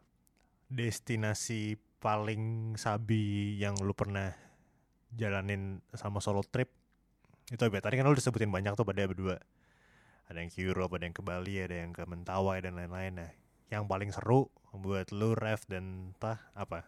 S1: destinasi paling sabi yang lu pernah jalanin sama solo trip itu apa ya? Tadi kan lu disebutin banyak tuh pada berdua. Ada yang ke Europe, ada yang ke Bali, ada yang ke Mentawai dan lain-lain. Nah, yang paling seru buat lu, Rev dan Tah apa?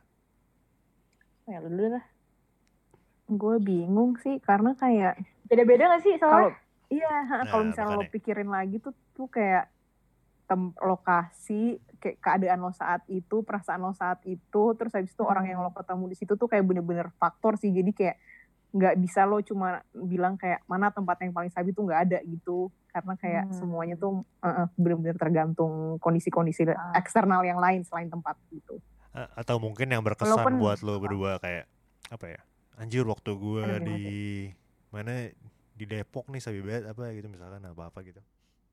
S3: Ya lu dulu lah.
S4: Gue bingung sih, karena kayak
S3: Beda-beda gak sih
S4: kalau
S3: soalnya?
S4: iya,
S1: Nah,
S4: kalau misalnya lo
S1: makanya.
S4: pikirin lagi tuh tuh kayak tem lokasi, kayak keadaan lo saat itu, perasaan lo saat itu, terus habis itu
S3: Hmm.
S4: orang yang lo ketemu di situ tuh kayak bener-bener faktor sih. Jadi kayak nggak bisa lo cuma bilang kayak mana tempat yang paling sabi tuh nggak ada gitu, karena kayak
S3: Hmm.
S4: semuanya tuh uh-uh, bener-bener tergantung kondisi-kondisi
S3: Ah.
S4: eksternal yang lain selain tempat gitu.
S1: A- Atau mungkin yang berkesan
S3: Walaupun-
S1: buat lu berdua kayak apa ya? Anjir waktu gue
S3: Aduh,
S1: di mana di Depok nih sabi banget apa gitu misalkan apa-apa gitu.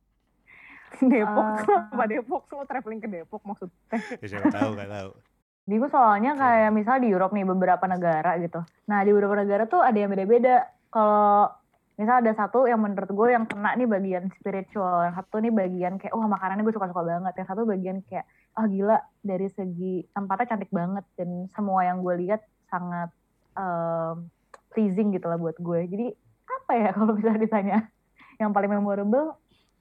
S4: Depok,
S3: Ah.
S4: kenapa Depok? Lo traveling ke Depok maksudnya?
S1: Ya siapa tahu gak tahu.
S3: Di gue soalnya
S1: Oke.
S3: kayak misal di Europe nih beberapa negara gitu. Nah di beberapa negara tuh ada yang beda-beda. Kalau Misal ada satu yang menurut gue yang kena nih bagian spiritual, yang satu nih bagian kayak wah makanannya gue suka-suka banget, yang satu bagian kayak ah oh, gila dari segi tempatnya cantik banget dan semua yang gue lihat sangat um, pleasing gitu lah buat gue. Jadi apa ya kalau bisa ditanya yang paling memorable?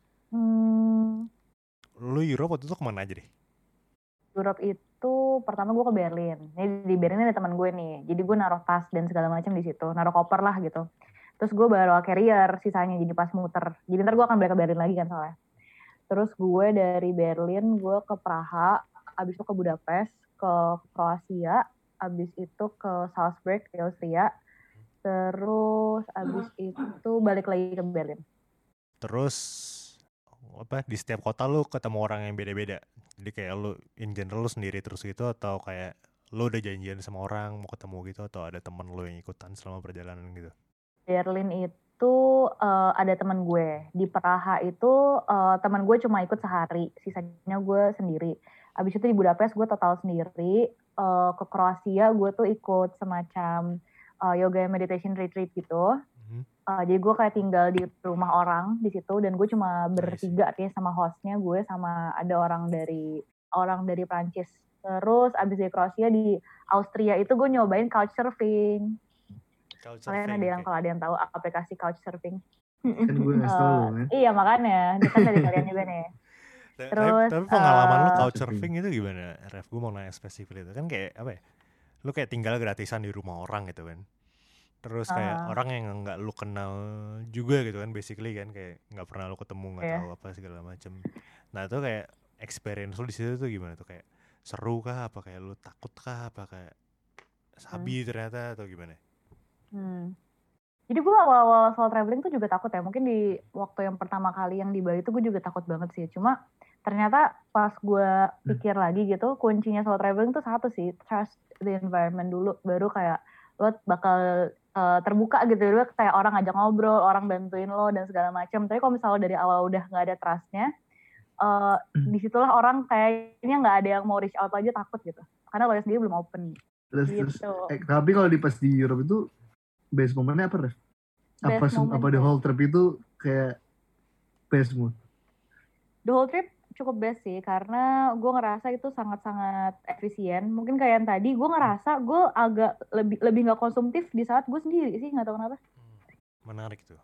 S3: Hmm,
S1: Lu Europe waktu itu kemana aja deh?
S3: Europe itu pertama gue ke Berlin. Ini di Berlin ada teman gue nih. Jadi gue naruh tas dan segala macam di situ, naruh koper lah gitu. Terus gue bawa carrier sisanya jadi pas muter. Jadi ntar gue akan balik ke Berlin lagi kan soalnya. Terus gue dari Berlin gue ke Praha, abis itu ke Budapest, ke Kroasia, abis itu ke Salzburg di Austria. Terus abis itu balik lagi ke Berlin.
S1: Terus apa di setiap kota lu ketemu orang yang beda-beda. Jadi kayak lu in general lu sendiri terus gitu atau kayak lu udah janjian sama orang mau ketemu gitu atau ada temen lu yang ikutan selama perjalanan gitu?
S3: Berlin itu uh, ada teman gue. Di Praha itu uh, teman gue cuma ikut sehari, sisanya gue sendiri. Abis itu di Budapest gue total sendiri. Uh, ke Kroasia gue tuh ikut semacam uh, yoga meditation retreat gitu. Mm-hmm. Uh, jadi gue kayak tinggal di rumah orang di situ dan gue cuma bertiga artinya sama hostnya gue sama ada orang dari orang dari Prancis. Terus abis dari Kroasia di Austria itu gue nyobain couchsurfing. Kalian ada yang okay. Kalau ada yang tahu aplikasi couchsurfing?
S2: Kan gue nggak tahu uh, kan?
S3: Iya makanya, dekat dari kalian juga nih. Terus,
S1: tapi pengalaman uh, lu couchsurfing itu gimana, Ref? Gue mau nanya spesifik itu kan kayak apa ya? Lu kayak tinggal gratisan di rumah orang gitu kan? Terus kayak uh, orang yang nggak lu kenal juga gitu kan, basically kan kayak nggak pernah lu ketemu, nggak yeah. tahu apa segala macem. Nah itu kayak experience lu di situ tuh gimana tuh, kayak seru kah? Apa kayak lu takut kah? Apa kayak sabi hmm. ternyata atau gimana?
S3: Hmm. Jadi gue awal-awal soal traveling tuh juga takut ya. Mungkin di waktu yang pertama kali yang di Bali tuh gue juga takut banget sih. Cuma ternyata pas gue pikir hmm. lagi gitu, kuncinya soal traveling tuh satu sih, trust the environment dulu. Baru kayak lo bakal uh, terbuka gitu. Dulu kayak orang ngajak ngobrol, orang bantuin lo dan segala macam. Tapi kalau misalnya dari awal udah gak ada trustnya, uh, hmm. disitulah orang kayaknya gak ada yang mau reach out aja takut gitu. Karena lo sendiri belum open.
S2: Terus,
S3: gitu.
S2: terus eh, tapi kalau di pas di Europe itu best momennya apa, Ref? Apa,
S3: moment
S2: apa the whole trip itu kayak best mood?
S3: The whole trip cukup best sih, karena gue ngerasa itu sangat-sangat efisien. Mungkin kayak yang tadi, gue ngerasa gue agak lebih lebih nggak konsumtif di saat gue sendiri sih, nggak tahu kenapa.
S1: Hmm, menarik tuh.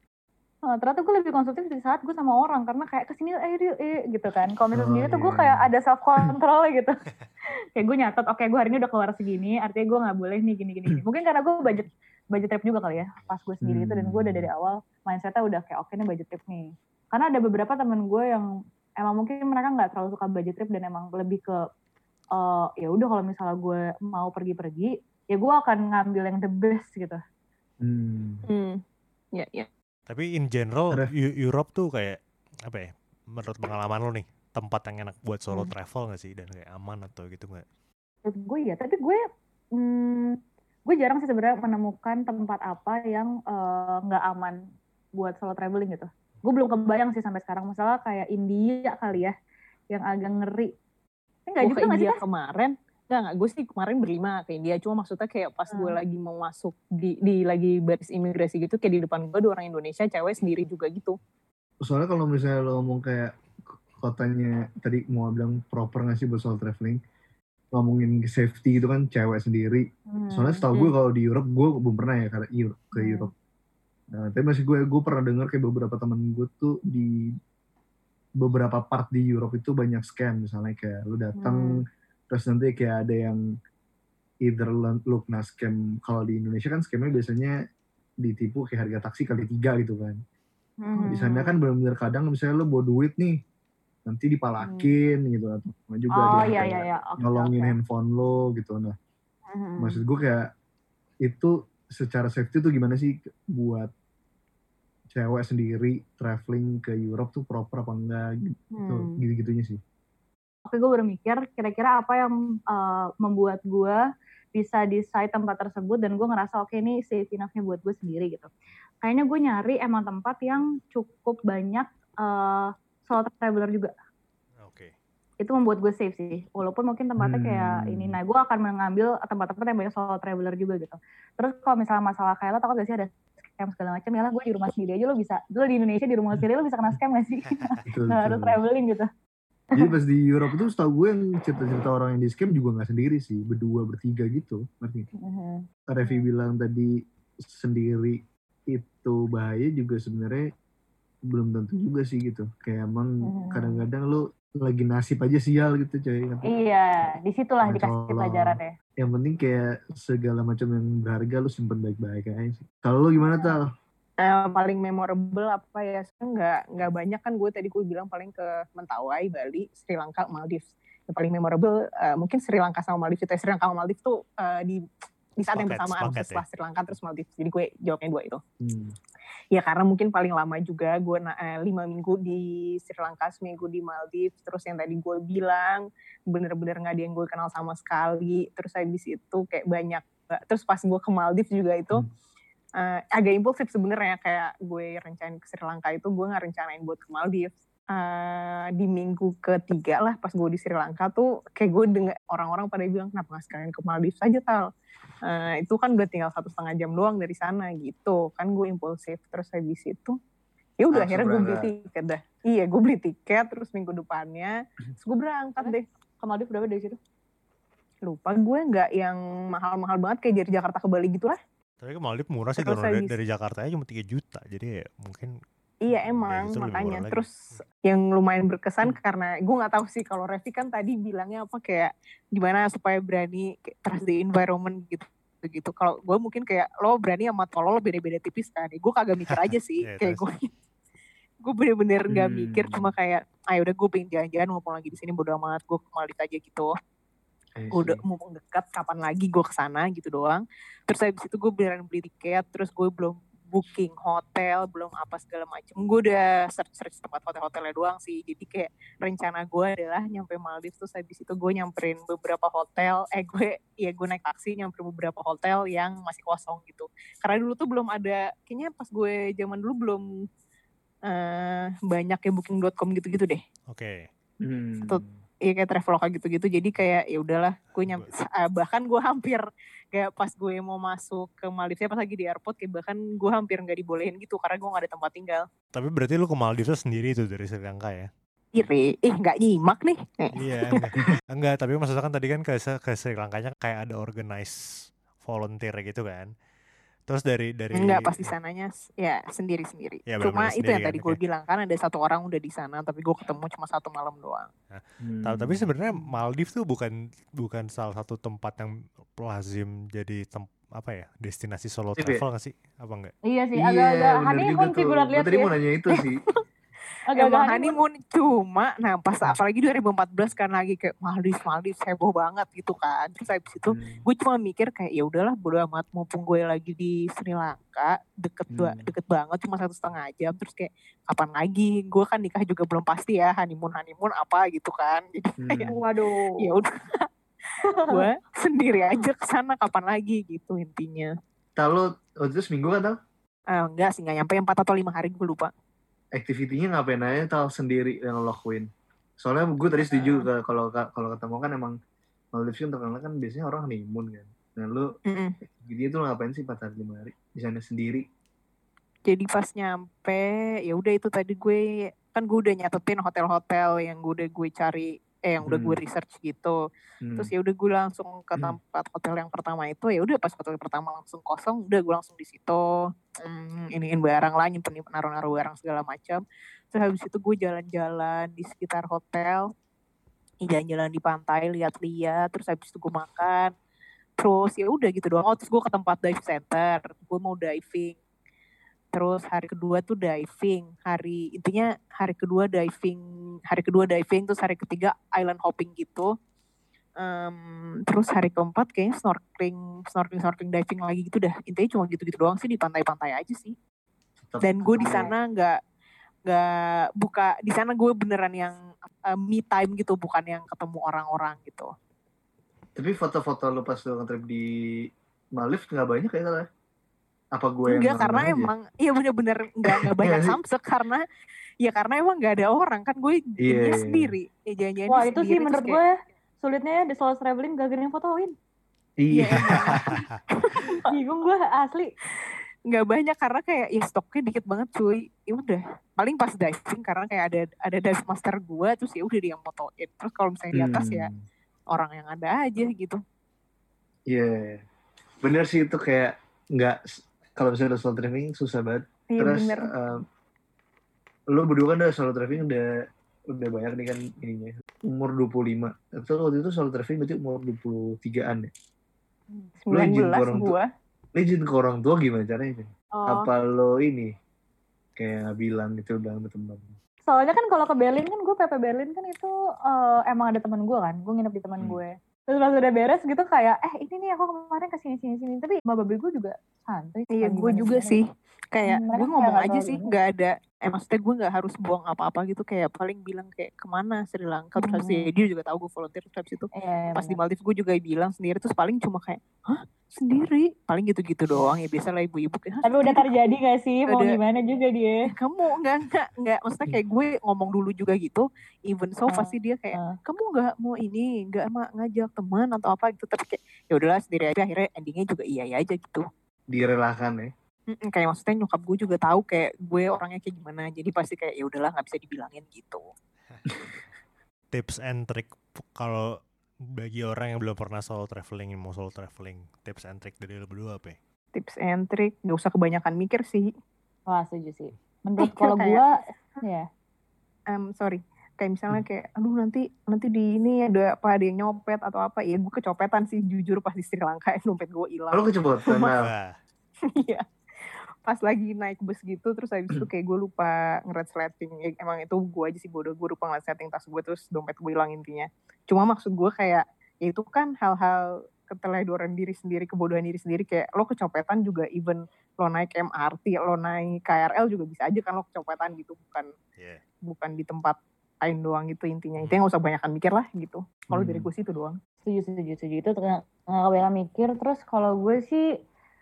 S3: Nah, ternyata gue lebih konsumtif di saat gue sama orang, karena kayak kesini eh yuk eh, gitu kan. Kalau misalnya
S2: Oh,
S3: sendiri tuh
S2: iya.
S3: gue kayak ada self control gitu. Kayak gue nyatet, oke okay, gue hari ini udah keluar segini, artinya gue nggak boleh nih gini-gini. Mungkin karena gue budget budget trip juga kali ya pas gue sendiri itu, dan gue udah dari awal mindsetnya udah kayak oke okay, nih budget trip nih. Karena ada beberapa temen gue yang emang mungkin mereka nggak terlalu suka budget trip dan emang lebih ke uh, ya udah kalau misalnya gue mau pergi-pergi ya gue akan ngambil yang the best gitu.
S2: Hmm.
S4: Hmm. Ya ya.
S1: Tapi in general Europe tuh kayak apa ya? Menurut pengalaman lo nih, tempat yang enak buat solo hmm. travel nggak sih, dan kayak aman atau gitu nggak?
S3: Menurut gue ya, tapi gue hmm, gue jarang sih sebenarnya menemukan tempat apa yang nggak uh, aman buat solo traveling gitu. Gue belum kebayang sih sampai sekarang. Masalah kayak India kali ya, yang agak ngeri. Enggak
S4: oh,
S3: juga
S4: ke
S3: nggak
S4: India
S3: sih?
S4: Kemarin, nggak nggak. Gue sih kemarin berlima ke India. Cuma maksudnya kayak pas hmm. gue lagi mau masuk di, di lagi baris imigrasi gitu, kayak di depan gue ada orang Indonesia, cewek sendiri juga gitu.
S2: Soalnya kalau misalnya lo ngomong kayak kotanya tadi mau bilang proper nggak sih buat solo traveling, ngomongin safety gitu kan cewek sendiri. Hmm. Soalnya setahu gue hmm. kalau di Europe, gue belum pernah ya karena ke hmm. Europe. Nah, tapi masih gue gue pernah dengar kayak beberapa teman gue tuh di beberapa part di Europe itu banyak scam, misalnya kayak lu datang hmm. terus nanti kayak ada yang either lu kena scam. Kalau di Indonesia kan scamnya biasanya ditipu kayak harga taksi kali tiga gitu kan. Hmm. Di sana kan benar-benar kadang misalnya lu bawa duit nih nanti dipalakin hmm. gitu, atau juga
S3: oh,
S2: ada
S3: iya,
S2: yang
S3: iya, iya. Okay,
S2: nolongin
S3: okay.
S2: handphone lo gitu. Nah hmm. maksud gue kayak itu secara safety tuh gimana sih buat cewek sendiri traveling ke Europe tuh proper apa enggak gitu, hmm. gitu-gitunya sih.
S3: Oke, gue baru mikir kira-kira apa yang uh, membuat gue bisa decide tempat tersebut dan gue ngerasa oke okay, ini safe enough-nya buat gue sendiri gitu. Kayaknya gue nyari emang tempat yang cukup banyak uh, solo traveler juga.
S1: Oke. Okay.
S3: Itu membuat gue safe sih. Walaupun mungkin tempatnya hmm. kayak ini. Nah, gue akan mengambil tempat-tempat yang banyak solo traveler juga gitu. Terus kalau misalnya masalah kayak lo takut gak sih ada scam segala macam, ya lah gue di rumah sendiri aja lo bisa, lo di Indonesia di rumah sendiri lo bisa kena scam gak sih?
S2: Betul,
S3: Nggak harus
S2: betul.
S3: traveling gitu.
S2: Jadi pas di Europe itu setahu gue yang cerita-cerita orang yang di scam juga nggak sendiri sih, berdua bertiga gitu, ngerti?
S3: Mhm.
S2: Revi bilang tadi sendiri itu bahaya juga sebenarnya belum tentu juga sih gitu. Kayak emang
S3: Hmm.
S2: kadang-kadang lu lagi nasib aja sial gitu coy.
S3: Iya, disitulah
S2: Mencolok.
S3: dikasih pelajarannya.
S2: Yang penting kayak segala macam yang berharga lu simpen baik-baik aja sih. Kalau lu gimana Tal?
S4: Uh, paling memorable apa ya? Nggak nggak banyak kan, gue tadi gue bilang paling ke Mentawai, Bali, Sri Lanka, Maldives. Yang paling memorable uh, mungkin Sri Lanka sama Maldives. Sri Lanka sama Maldives tuh uh, di di saat yang bersamaan setelah ya? Sri Lanka terus Maldives. Jadi gue jawabnya dua itu. Hmm. Ya karena mungkin paling lama juga gue uh, lima minggu di Sri Lanka, seminggu di Maldives. Terus yang tadi gue bilang bener-bener nggak ada yang gue kenal sama sekali. Terus habis itu kayak banyak. Terus pas gue ke Maldives juga itu. Hmm. Uh, agak impulsif sebenarnya, kayak gue rencanain ke Sri Lanka itu gue nggak rencanain buat ke Maldives. Uh, di minggu ketiga lah pas gue di Sri Lanka tuh kayak gue dengar orang-orang pada bilang kenapa nggak sekalian ke Maldives aja Tal, uh, itu kan udah tinggal satu setengah jam doang dari sana gitu kan. Gue impulsif, terus habis itu ya udah akhirnya gue beli tiket dah. Iya gue beli tiket, terus minggu depannya terus gue berangkat deh
S3: ke Maldives. Berapa dari situ?
S4: Lupa gue, nggak yang mahal-mahal banget kayak dari Jakarta ke Bali gitulah.
S1: Tapi ke Maldives murah sih, dari, dari Jakarta aja cuma tiga juta. Jadi ya mungkin.
S4: Iya emang, makanya. Terus yang lumayan berkesan hmm. karena gue gak tahu sih kalau Revi kan tadi bilangnya apa kayak gimana supaya berani trust the environment gitu. gitu. Kalau gue mungkin kayak lo berani sama tolol beda-beda tipis kan. Gue kagak mikir aja sih. yeah, kayak gue gue bener-bener gak hmm. mikir, cuma kayak ayo udah gue pengen jalan-jalan mumpung lagi di sini bodo amat, gue ke Maldives aja gitu. Gue udah mumpung dekat, kapan lagi gue kesana gitu doang. Terus habis itu gue beneran beli tiket, terus gue belum booking hotel, belum apa segala macem. Gue udah search-search tempat hotel-hotelnya doang sih. Jadi kayak rencana gue adalah nyampe Maldives, terus habis itu gue nyamperin beberapa hotel. Eh gue, ya gue naik taksi nyamperin beberapa hotel yang masih kosong gitu. Karena dulu tuh belum ada, kayaknya pas gue zaman dulu belum uh, banyak ya booking dot com gitu-gitu deh.
S1: Oke.
S4: Okay. Hmm. Atau ya kayak Traveloka gitu-gitu. Jadi kayak ya udahlah, gue nyampe, bahkan gue hampir kayak pas gue mau masuk ke Maldives pas lagi di airport, kayak bahkan gue hampir nggak dibolehin gitu karena gue nggak ada tempat tinggal.
S1: Tapi berarti lu ke Maldives sendiri tuh dari Sri Lanka ya?
S4: Iri, eh nggak nyimak nih.
S1: Iya enggak. enggak, tapi maksudnya kan tadi kan ke, ke Sri Lankanya kayak ada organize volunteer gitu kan? Terus dari dari
S4: enggak, pas di sananya ya sendiri-sendiri. Ya, cuma itu yang kan, tadi gue okay. bilang kan ada satu orang udah di sana, tapi gue ketemu cuma satu malam doang.
S1: Nah, hmm. Tapi sebenarnya Maldives tuh bukan bukan salah satu tempat yang lazim jadi tem, apa ya destinasi solo travel nggak sih? Apa enggak?
S3: Iya sih, agak-agak honeymoon sih gue lihat.
S2: Tadi mau nanya itu sih.
S4: Emang honeymoon cuma, nah pas apalagi dua ribu empat belas kan lagi kayak Maldives Maldives heboh banget gitu kan. Terus habis itu hmm. gue cuma mikir kayak ya udahlah bodo amat, mumpung gue lagi di Sri Lanka deket hmm. deket banget cuma satu setengah jam. Terus kayak kapan lagi, gue kan nikah juga belum pasti ya, honeymoon honeymoon apa gitu kan. Jadi hmm. kayak
S3: waduh,
S4: ya udah gue sendiri aja kesana kapan lagi gitu intinya.
S2: Kalau oh, itu seminggu kan tau?
S4: Uh, enggak sih, nggak nyampe empat atau lima hari, gue lupa.
S2: Aktivitinya ngapain aja Tal sendiri yang lo lakuin? Soalnya gue tadi setuju uh. kalau kalau ketemu kan emang Maldives kan terkenal kan biasanya orang honeymoon kan. Nah lu jadi itu lo ngapain sih empat hari lima hari di sana sendiri?
S4: Jadi pas nyampe ya udah itu tadi gue kan gue udah nyatetin hotel-hotel yang gue udah gue cari eh yang udah hmm. gue research gitu. Hmm. Terus ya udah gue langsung ke tempat hotel yang pertama itu, ya udah pas hotel pertama langsung kosong, udah gue langsung di situ hmm, iniin barang lah, nyimpen naruh-naruh barang segala macam. Terus habis itu gue jalan-jalan di sekitar hotel, jalan-jalan di pantai, lihat-lihat, terus habis itu gue makan. Terus ya udah gitu doang. Oh, terus gue ke tempat dive center, gue mau diving. Terus hari kedua tuh diving, hari intinya hari kedua diving, hari kedua diving, terus hari ketiga island hopping gitu. Um, terus hari keempat kayaknya snorkeling, snorkeling, snorkeling diving lagi gitu dah. Intinya cuma gitu-gitu doang sih, di pantai-pantai aja sih. Dan gue di sana nggak nggak buka di sana gue beneran yang uh, me time gitu, bukan yang ketemu orang-orang gitu.
S2: Tapi foto-foto lo pas lo nge-trip di Maldives nggak banyak ya lah? Apa gue
S4: enggak, karena aja? Emang iya bener-bener nggak nggak banyak samsek karena ya karena emang nggak ada orang kan, gue yeah, yeah. sendiri ya jangan-jangan.
S3: Wah itu sih menurut kayak, gue sulitnya di solo traveling gak ada yang fotoin.
S2: Iya.
S3: Bingung gue asli.
S4: nggak banyak karena kayak ya stoknya dikit banget cuy. Ya udah paling pas diving karena kayak ada ada dive master gue terus ya udah dia motoin. Terus kalau misalnya di atas ya
S2: Hmm.
S4: orang yang ada aja gitu.
S2: Iya, yeah. Bener sih itu kayak nggak, kalau misalnya udah solo traveling susah banget.
S3: Iya
S2: Terus
S3: bener.
S2: um, lo berdua kan udah solo traveling udah udah banyak nih kan ininya. Umur dua puluh lima. Atau waktu itu solo traveling berarti umur dua puluh tigaan ya. Lo
S4: sembilan
S2: izin ke
S4: belas
S2: orang tua,
S4: gue.
S2: lo izin ke orang tua gimana caranya?
S3: Oh.
S2: Apa lo ini kayak nggak bilang gitu udah sama teman?
S3: Soalnya kan kalau ke Berlin kan gue P P Berlin kan itu uh, emang ada teman gue kan, gue nginep di teman
S2: Hmm.
S3: gue. Terus pas udah beres gitu kayak, eh ini nih aku kemarin kesini sini sini. Tapi mbak babe gue juga santai.
S4: Iya gue juga
S3: gimana.
S4: sih. Kayak
S3: Hmm, mereka
S4: gue
S3: kayak
S4: ngomong
S3: nggak
S4: aja
S3: terlalu
S4: sih,
S3: ini.
S4: nggak ada. Eh maksudnya gue nggak harus buang apa-apa gitu. Kayak paling bilang kayak kemana Sri Lanka. Terus habis
S3: Hmm.
S4: itu dia juga tahu gue volunteer. Terus habis itu
S3: Iya,
S4: pas di
S3: bener.
S4: Maldives gue juga bilang sendiri. Terus paling cuma kayak, hah sendiri? Paling gitu-gitu doang ya biasa lah ibu-ibu kayak.
S3: Tapi udah terjadi gak sih? Mau
S4: Ada-
S3: gimana juga dia?
S4: Eh, kamu enggak enggak enggak maksudnya kayak gue ngomong dulu juga gitu. Even so
S3: Hmm.
S4: pasti dia kayak kamu enggak mau ini, enggak mau ngajak teman atau apa gitu. Tapi kayak ya udahlah sendiri aja. Akhirnya endingnya juga iya iya aja gitu.
S2: Direlakan ya.
S4: Mm-mm, kayak maksudnya nyokap gue juga tahu kayak gue orangnya kayak gimana, jadi pasti kayak ya udahlah nggak bisa dibilangin gitu.
S1: Tips and trick kalau bagi orang yang belum pernah solo traveling, mau solo traveling, tips and trick dari lo berdua apa ya?
S4: Tips and trick nggak usah kebanyakan mikir sih.
S3: Wah setuju sih. Menurut
S4: Eh,
S3: kalau
S4: kayak-
S3: gue, ya.
S4: Um, sorry, kayak misalnya kayak, aduh nanti nanti di ini ada apa ada yang nyopet atau apa, ya gue kecopetan sih jujur pas di Sri Lanka dompet gue hilang.
S2: Lo kecepatan lah.
S1: Wah,
S4: Iya. Pas lagi naik bus gitu terus habis itu kayak gue lupa ngered sleting. Ya, emang itu gue aja sih bodoh, gue lupa ngered sleting tas gue terus dompet gue hilang intinya. Cuma maksud gue kayak ya itu kan hal-hal keteledoran diri sendiri, kebodohan diri sendiri. Kayak lo kecopetan juga even lo naik M R T, lo naik K R L juga bisa aja kan lo kecopetan gitu, bukan
S1: yeah.
S4: bukan di tempat lain doang gitu intinya. Intinya gak usah banyakan mikir lah gitu. Kalau
S2: Hmm.
S4: dari gue sih itu doang.
S3: Setuju, setuju, setuju. Itu nggak kebanyakan mikir. Terus kalau gue sih,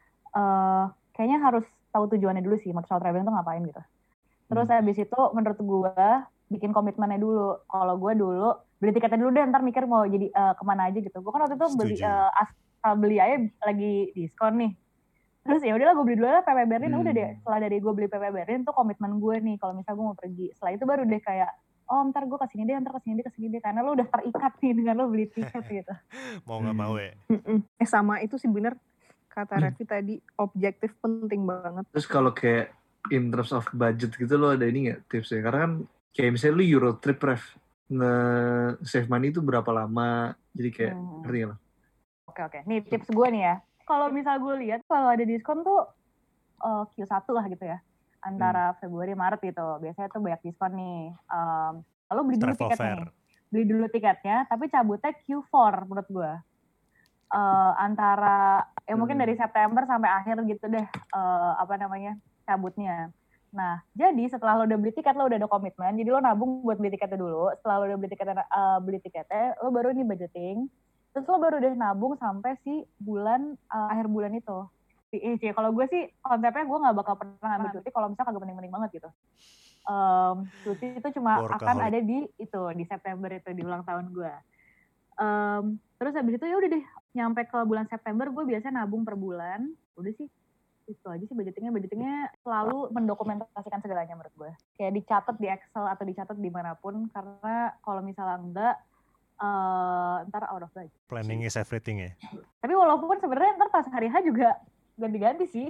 S3: uh, kayaknya harus tahu tujuannya dulu sih, mau solo traveling tuh ngapain gitu. Terus
S2: Hmm.
S3: habis itu menurut gue bikin komitmennya dulu. Kalau gue dulu beli tiketnya dulu deh, ntar mikir mau jadi uh, kemana aja gitu. Gue kan waktu itu beli
S1: Setuju.
S3: uh, asal beli aja lagi diskon nih. Terus ya udahlah gue beli dulu lah P P Berlin.
S2: Hmm.
S3: Udah deh, setelah dari gue beli P P Berlin tuh komitmen gue nih kalau misalnya gue mau pergi. Setelah itu baru deh kayak, oh ntar gue kesini deh, ntar kesini deh, kesini deh. Karena lo udah terikat nih dengan lo beli tiket gitu.
S1: Mau nggak mau ya.
S4: Mm-mm. Eh sama itu sih bener kata Revi tadi, objektif penting banget.
S2: Terus kalau kayak in terms of budget gitu lo ada ini nggak tipsnya? Karena kan kayak misalnya lu Euro trip ref nge-save money itu berapa lama? Jadi kayak
S3: Hmm.
S2: ngerti nggak lo?
S3: Oke oke, nih tips gue nih ya. Kalau misal gue lihat kalau ada diskon tuh uh, Q satu lah gitu ya. Antara Februari Maret gitu. Biasanya tuh banyak diskon nih. Um, lalu beli dulu
S1: Travel
S3: tiketnya
S1: fair.
S3: nih. Beli dulu tiketnya, tapi cabutnya Q empat menurut gue. Uh, antara ya mungkin
S2: Hmm.
S3: dari September sampai akhir gitu deh, uh, apa namanya, cabutnya. Nah, jadi setelah lo udah beli tiket, lo udah ada komitmen, jadi lo nabung buat beli tiketnya dulu. Setelah lo udah beli tiketnya, uh, beli tiketnya, lo baru nih budgeting. Terus lo baru deh nabung sampai si bulan, uh, akhir bulan itu. Iya sih, kalau gue sih konsepnya gue nggak bakal pernah ngambil cuti kalau misalnya kagak penting-penting banget gitu. Um, cuti itu cuma
S1: Workaholic.
S3: akan ada di itu di September itu di ulang tahun gue. Um, terus habis itu ya udah deh nyampe ke bulan September gue biasa nabung per bulan. Udah sih itu aja sih budgetingnya. Budgetingnya selalu mendokumentasikan segalanya menurut gue. Kayak dicatat di Excel atau dicatat dimanapun, karena kalau misalnya enggak uh, ntar out of budget.
S1: Planning is everything ya.
S3: Tapi walaupun sebenarnya ntar pas hari H juga ganti-ganti sih.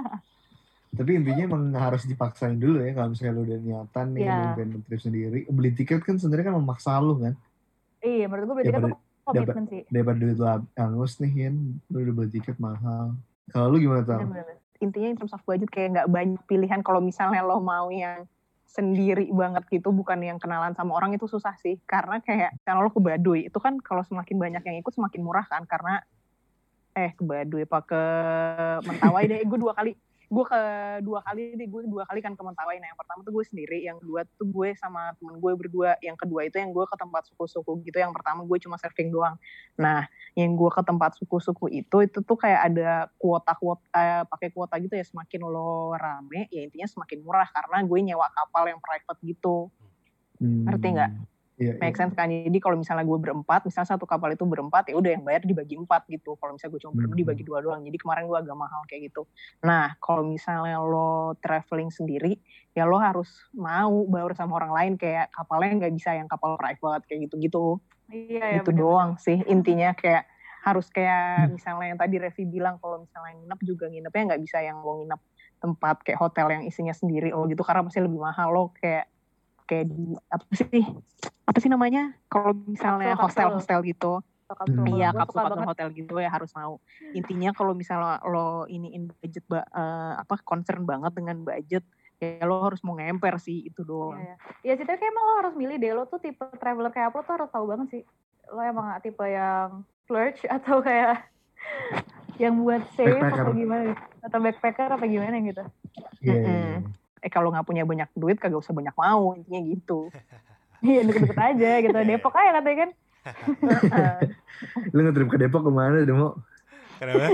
S2: Tapi intinya emang harus dipaksain dulu ya. Kalau misalnya lu udah niatan nih,
S3: Iya.
S2: lu pengen trip sendiri. Beli tiket kan sebenarnya kan memaksa lu kan.
S3: Iya, menurut gue berarti kan
S2: Daripada-
S3: tuh komitmen sih.
S2: Daripada duit lu hangus nih kan. Lu udah beli tiket mahal. Kalau lu gimana tuh?
S3: Bener-bener.
S4: Intinya in terms of budget kayak nggak banyak pilihan. Kalau misalnya lo mau yang sendiri banget gitu, bukan yang kenalan sama orang, itu susah sih. Karena kayak kalau lo ke Baduy itu kan kalau semakin banyak yang ikut semakin murah kan. Karena eh ke Baduy apa ke Mentawai deh, gue dua kali gue ke dua kali deh gue dua kali kan ke Mentawai. Nah yang pertama tuh gue sendiri, yang kedua tuh gue sama temen gue berdua, yang kedua itu yang gue ke tempat suku-suku gitu, yang pertama gue cuma surfing doang. Nah yang gue ke tempat suku-suku itu itu tuh kayak ada kuota-kuota eh, pakai kuota gitu ya, semakin lo rame ya intinya semakin murah karena gue nyewa kapal yang private gitu.
S2: Hmm.
S4: Ngerti nggak?
S2: Iya,
S4: Make
S2: iya.
S4: sense kan? Jadi kalau misalnya gue berempat, misalnya satu kapal itu berempat, ya udah yang bayar dibagi empat gitu. Kalau misalnya gue cuma berdua
S2: Hmm.
S4: dibagi dua doang. Jadi kemarin gue agak mahal kayak gitu. Nah, kalau misalnya lo traveling sendiri, ya lo harus mau baur sama orang lain, kayak kapalnya nggak bisa yang kapal private kayak gitu-gitu.
S3: Iya ya,
S4: Itu
S3: bener-bener.
S4: doang sih intinya, kayak harus kayak misalnya yang tadi Revi bilang, kalau misalnya nginep juga nginepnya nggak bisa yang lo nginep tempat kayak hotel yang isinya sendiri lo gitu, karena pasti lebih mahal. Lo kayak kayak di apa sih apa sih namanya kalau misalnya
S3: Kapsul, kapsul.
S4: hostel-hostel gitu.
S3: Kapsul.
S2: Hmm.
S4: Iya,
S3: Gue
S4: kapsul
S3: suka
S4: kapsul
S3: banget.
S4: hotel gitu ya harus mau. Intinya kalau misalnya lo iniin budget ba- eh, apa concern banget dengan budget, ya lo harus mau ngemper sih, itu
S3: Iya,
S4: doang.
S3: ya. Iya sih, tapi kayak emang lo harus milih deh. Lo tuh tipe traveler kayak apa, lo tuh harus tahu banget sih. Lo emang tipe yang splurge atau kayak yang buat save
S2: Backpacker.
S3: atau gimana gitu. Atau backpacker apa gimana gitu.
S2: Iya, iya,
S4: Mm-mm.
S2: iya.
S4: Eh kalau nggak punya banyak duit kagak usah banyak mau, intinya gitu.
S3: Iya, deket-deket aja gitu. Depok aja katanya kan.
S2: Lu nge-trip ke Depok kemana, Demo?
S1: Kenapa?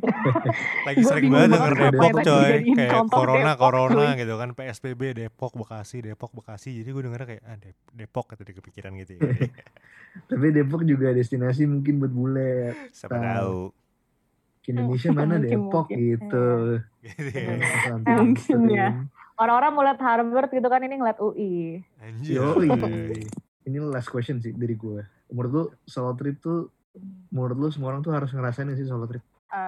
S1: Lagi
S4: Gua
S1: sering
S4: bingung
S1: banget
S2: banget
S1: denger
S2: kenapa
S1: Depok
S2: yang tadi
S1: coy.
S4: dijadiin
S1: Kayak
S4: contoh
S1: corona,
S4: Depok,
S1: corona
S4: cuy.
S1: gitu kan. P S B B, Depok, Bekasi, Depok, Bekasi. Jadi gue dengernya kayak, ah Dep- Depok gitu di kepikiran gitu ya.
S2: Tapi Depok juga destinasi mungkin buat bule.
S1: Siapa tahu.
S2: Ke Indonesia mana
S4: Mungkin,
S2: Depok
S4: mungkin.
S2: gitu.
S1: Gitu
S2: Ya,
S1: ya.
S2: asal
S3: Emang
S4: mungkin ya.
S2: mainstream.
S3: Orang-orang mau liat Harvard gitu kan, ini ngeliat U I.
S1: Anjir.
S2: Yoi. Ini last question sih dari gue. Menurut lu solo trip tuh, menurut lu semua orang tuh harus ngerasain sih solo trip?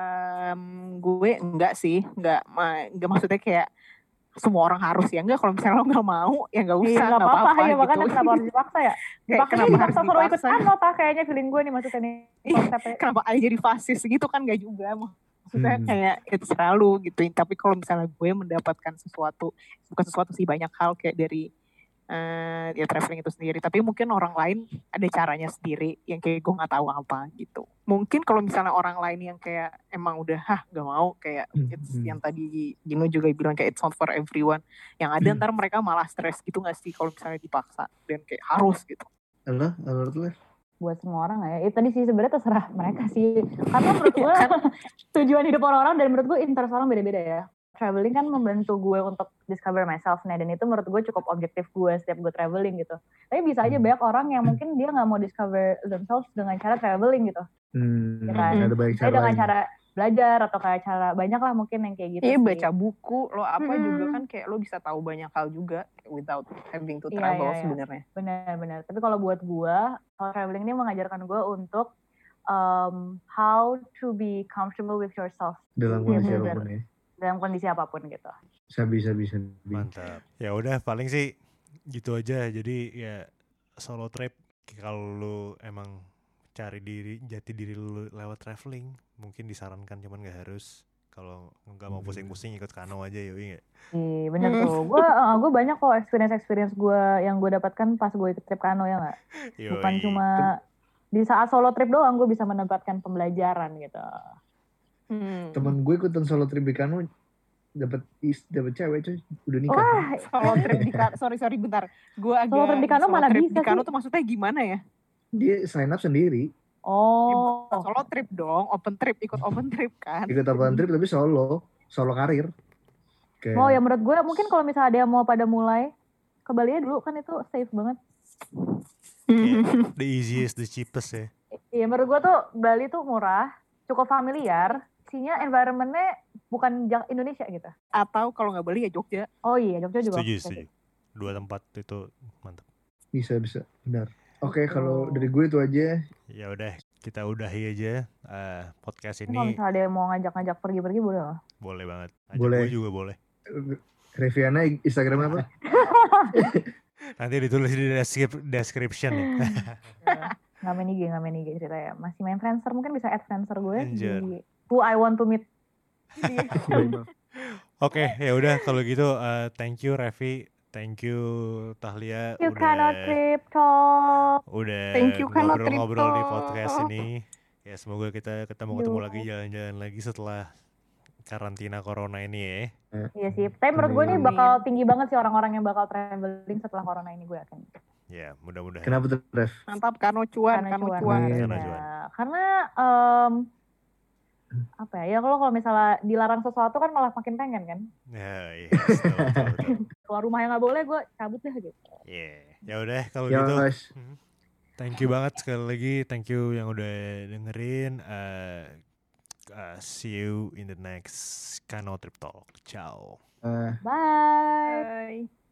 S4: Um, gue enggak sih, enggak, ma- enggak maksudnya kayak semua orang harus ya, enggak. Kalau misalnya lo nggak mau ya nggak
S3: Iya,
S4: usah,
S3: nggak
S4: nggak
S3: apa-apa.
S4: apa-apa
S3: Ya,
S4: gitu.
S3: makanya kenapa harus dipaksa ya?
S4: Kayak
S3: Dipaksa
S4: kenapa harus
S3: dipaksa suruh ikut
S4: dipaksa?
S3: anota kayaknya, feeling gue nih maksudnya nih. Konsepnya.
S4: Kenapa aja jadi fasis gitu kan, nggak juga. Maksudnya
S2: Hmm.
S4: kayak itu selalu gitu. Tapi kalau misalnya gue mendapatkan sesuatu, bukan sesuatu sih, banyak hal kayak dari eh, ya traveling itu sendiri. Tapi mungkin orang lain ada caranya sendiri yang kayak gue nggak tahu apa gitu. Mungkin kalau misalnya orang lain yang kayak emang udah hah nggak mau, kayak it's,
S2: Hmm.
S4: yang tadi Gino juga bilang kayak it's not for everyone. Yang ada ntar mereka malah stres gitu nggak sih kalau misalnya dipaksa dan kayak harus gitu.
S2: Lo, menurut lu?
S3: Buat semua orang ya. Itu tadi sih sebenarnya terserah mereka sih. Karena menurut gue tujuan hidup orang-orang dan menurut gue interest orang beda-beda ya. Traveling kan membantu gue untuk discover myself nih, dan itu menurut gue cukup objektif gue setiap gue traveling gitu. Tapi bisa aja banyak orang yang mungkin dia nggak mau discover themselves dengan cara traveling gitu.
S2: Hmm,
S3: Ya kan?
S2: ada banyak
S3: Tapi
S2: cara
S3: dengan
S2: lain.
S3: cara belajar atau kayak cara banyak lah mungkin yang kayak gitu
S4: Iya,
S3: sih.
S4: baca buku lo apa
S3: Hmm.
S4: juga kan, kayak lo bisa tahu banyak hal juga without having to
S3: Iya,
S4: travel
S3: iya, iya.
S4: sebenarnya.
S3: Benar-benar. Tapi kalau buat gue, kalau traveling ini mengajarkan gue untuk um, how to be comfortable with yourself
S2: Dalam
S3: Iya,
S2: kondisi
S3: bener.
S2: apapun ya.
S3: dalam kondisi apapun gitu.
S2: Sabi, sabi, sabi.
S1: Mantap. Ya udah paling sih gitu aja. Jadi ya solo trip kalau lu emang cari diri, jati diri lu lewat traveling, mungkin disarankan, cuman nggak harus. Kalau nggak mau pusing-pusing ikut kano aja, yoi nggak?
S3: Iya bener tuh. Gue uh, gue banyak kok experience-experience gue yang gue dapatkan pas gue ikut trip kano ya nggak. Bukan
S1: Yoi.
S3: cuma di saat solo trip doang gue bisa mendapatkan pembelajaran gitu.
S4: Hmm.
S2: Temen gue ikutan solo trip di Kano, dapat is dapat cewek cuy, udah nikah.
S3: Wah,
S4: Solo trip di Kano, sorry sorry bentar, gue agak
S3: Solo trip di Kano
S4: solo
S3: mana
S4: trip
S3: bisa
S4: di Kano
S3: sih?
S4: tuh maksudnya gimana ya?
S2: Dia sign up sendiri,
S4: Ya,
S3: oh,
S4: bukan solo trip dong, open trip, ikut open trip kan?
S2: ikut open trip tapi solo, solo karir. Kayak
S3: mau ya menurut gue mungkin kalau misalnya ada yang mau pada mulai ke Bali aja dulu kan, itu safe banget.
S1: Kayak the easiest, the cheapest ya.
S3: Iya menurut gue tuh Bali tuh murah, cukup familiar, isinya environmentnya bukan Jak- Indonesia gitu.
S4: Atau kalau nggak Bali ya Jogja.
S3: Oh iya Jogja juga.
S1: Setuju,
S3: oke.
S1: setuju. Dua tempat itu mantap.
S2: bisa bisa benar. Oke,
S3: Gitu.
S2: kalau dari gue itu aja.
S1: Ya udah, kita udahi aja eh, podcast
S3: Ini kalau
S1: ini.
S3: misalnya ada yang mau ngajak-ngajak pergi-pergi boleh loh.
S1: Boleh banget. Ajak
S2: Boleh.
S1: gue juga boleh.
S2: Reviana Instagram apa?
S1: Nanti ditulis di deskrip- description ya.
S3: Nggak main I G, nggak main I G ceritanya. Masih main Friendster, mungkin bisa add Friendster gue
S1: Anjir.
S3: di Who I Want to Meet.
S1: Oke, ya udah kalau gitu eh, thank you Revi, thank you Tahlia
S3: You
S1: udah
S3: cannot trip talk.
S1: udah
S4: Thank you, Cannot Trip
S1: ngobrol-ngobrol di
S4: Talk.
S1: podcast ini. Ya semoga kita ketemu-ketemu
S3: Yo.
S1: lagi, jalan-jalan lagi setelah karantina corona ini ya.
S3: Iya sih. Tapi menurut gue ini
S4: Amin.
S3: bakal tinggi banget sih orang-orang yang bakal traveling setelah corona ini, gue yakin.
S1: Ya mudah-mudahan.
S2: Kenapa tuh, Rev?
S4: Mantap, Kano cuan,
S3: Karena
S4: Kano
S3: cuan.
S4: cuan.
S2: Amin.
S1: Karena
S3: Ya,
S1: cuan.
S3: karena em, apa ya? Ya kalau kalau misalnya dilarang sesuatu kan malah makin pengen kan.
S1: Ya, iya, betul, betul, betul.
S3: Keluar rumah yang nggak boleh, gue cabut deh gitu.
S1: Yeah. Ya udah kalau gitu.
S2: Yos.
S1: Hmm. Thank you banget sekali lagi. Thank you yang udah dengerin. Uh, uh, see you in the next Kano Trip Talk. Ciao.
S2: Uh,
S3: Bye.
S4: Bye.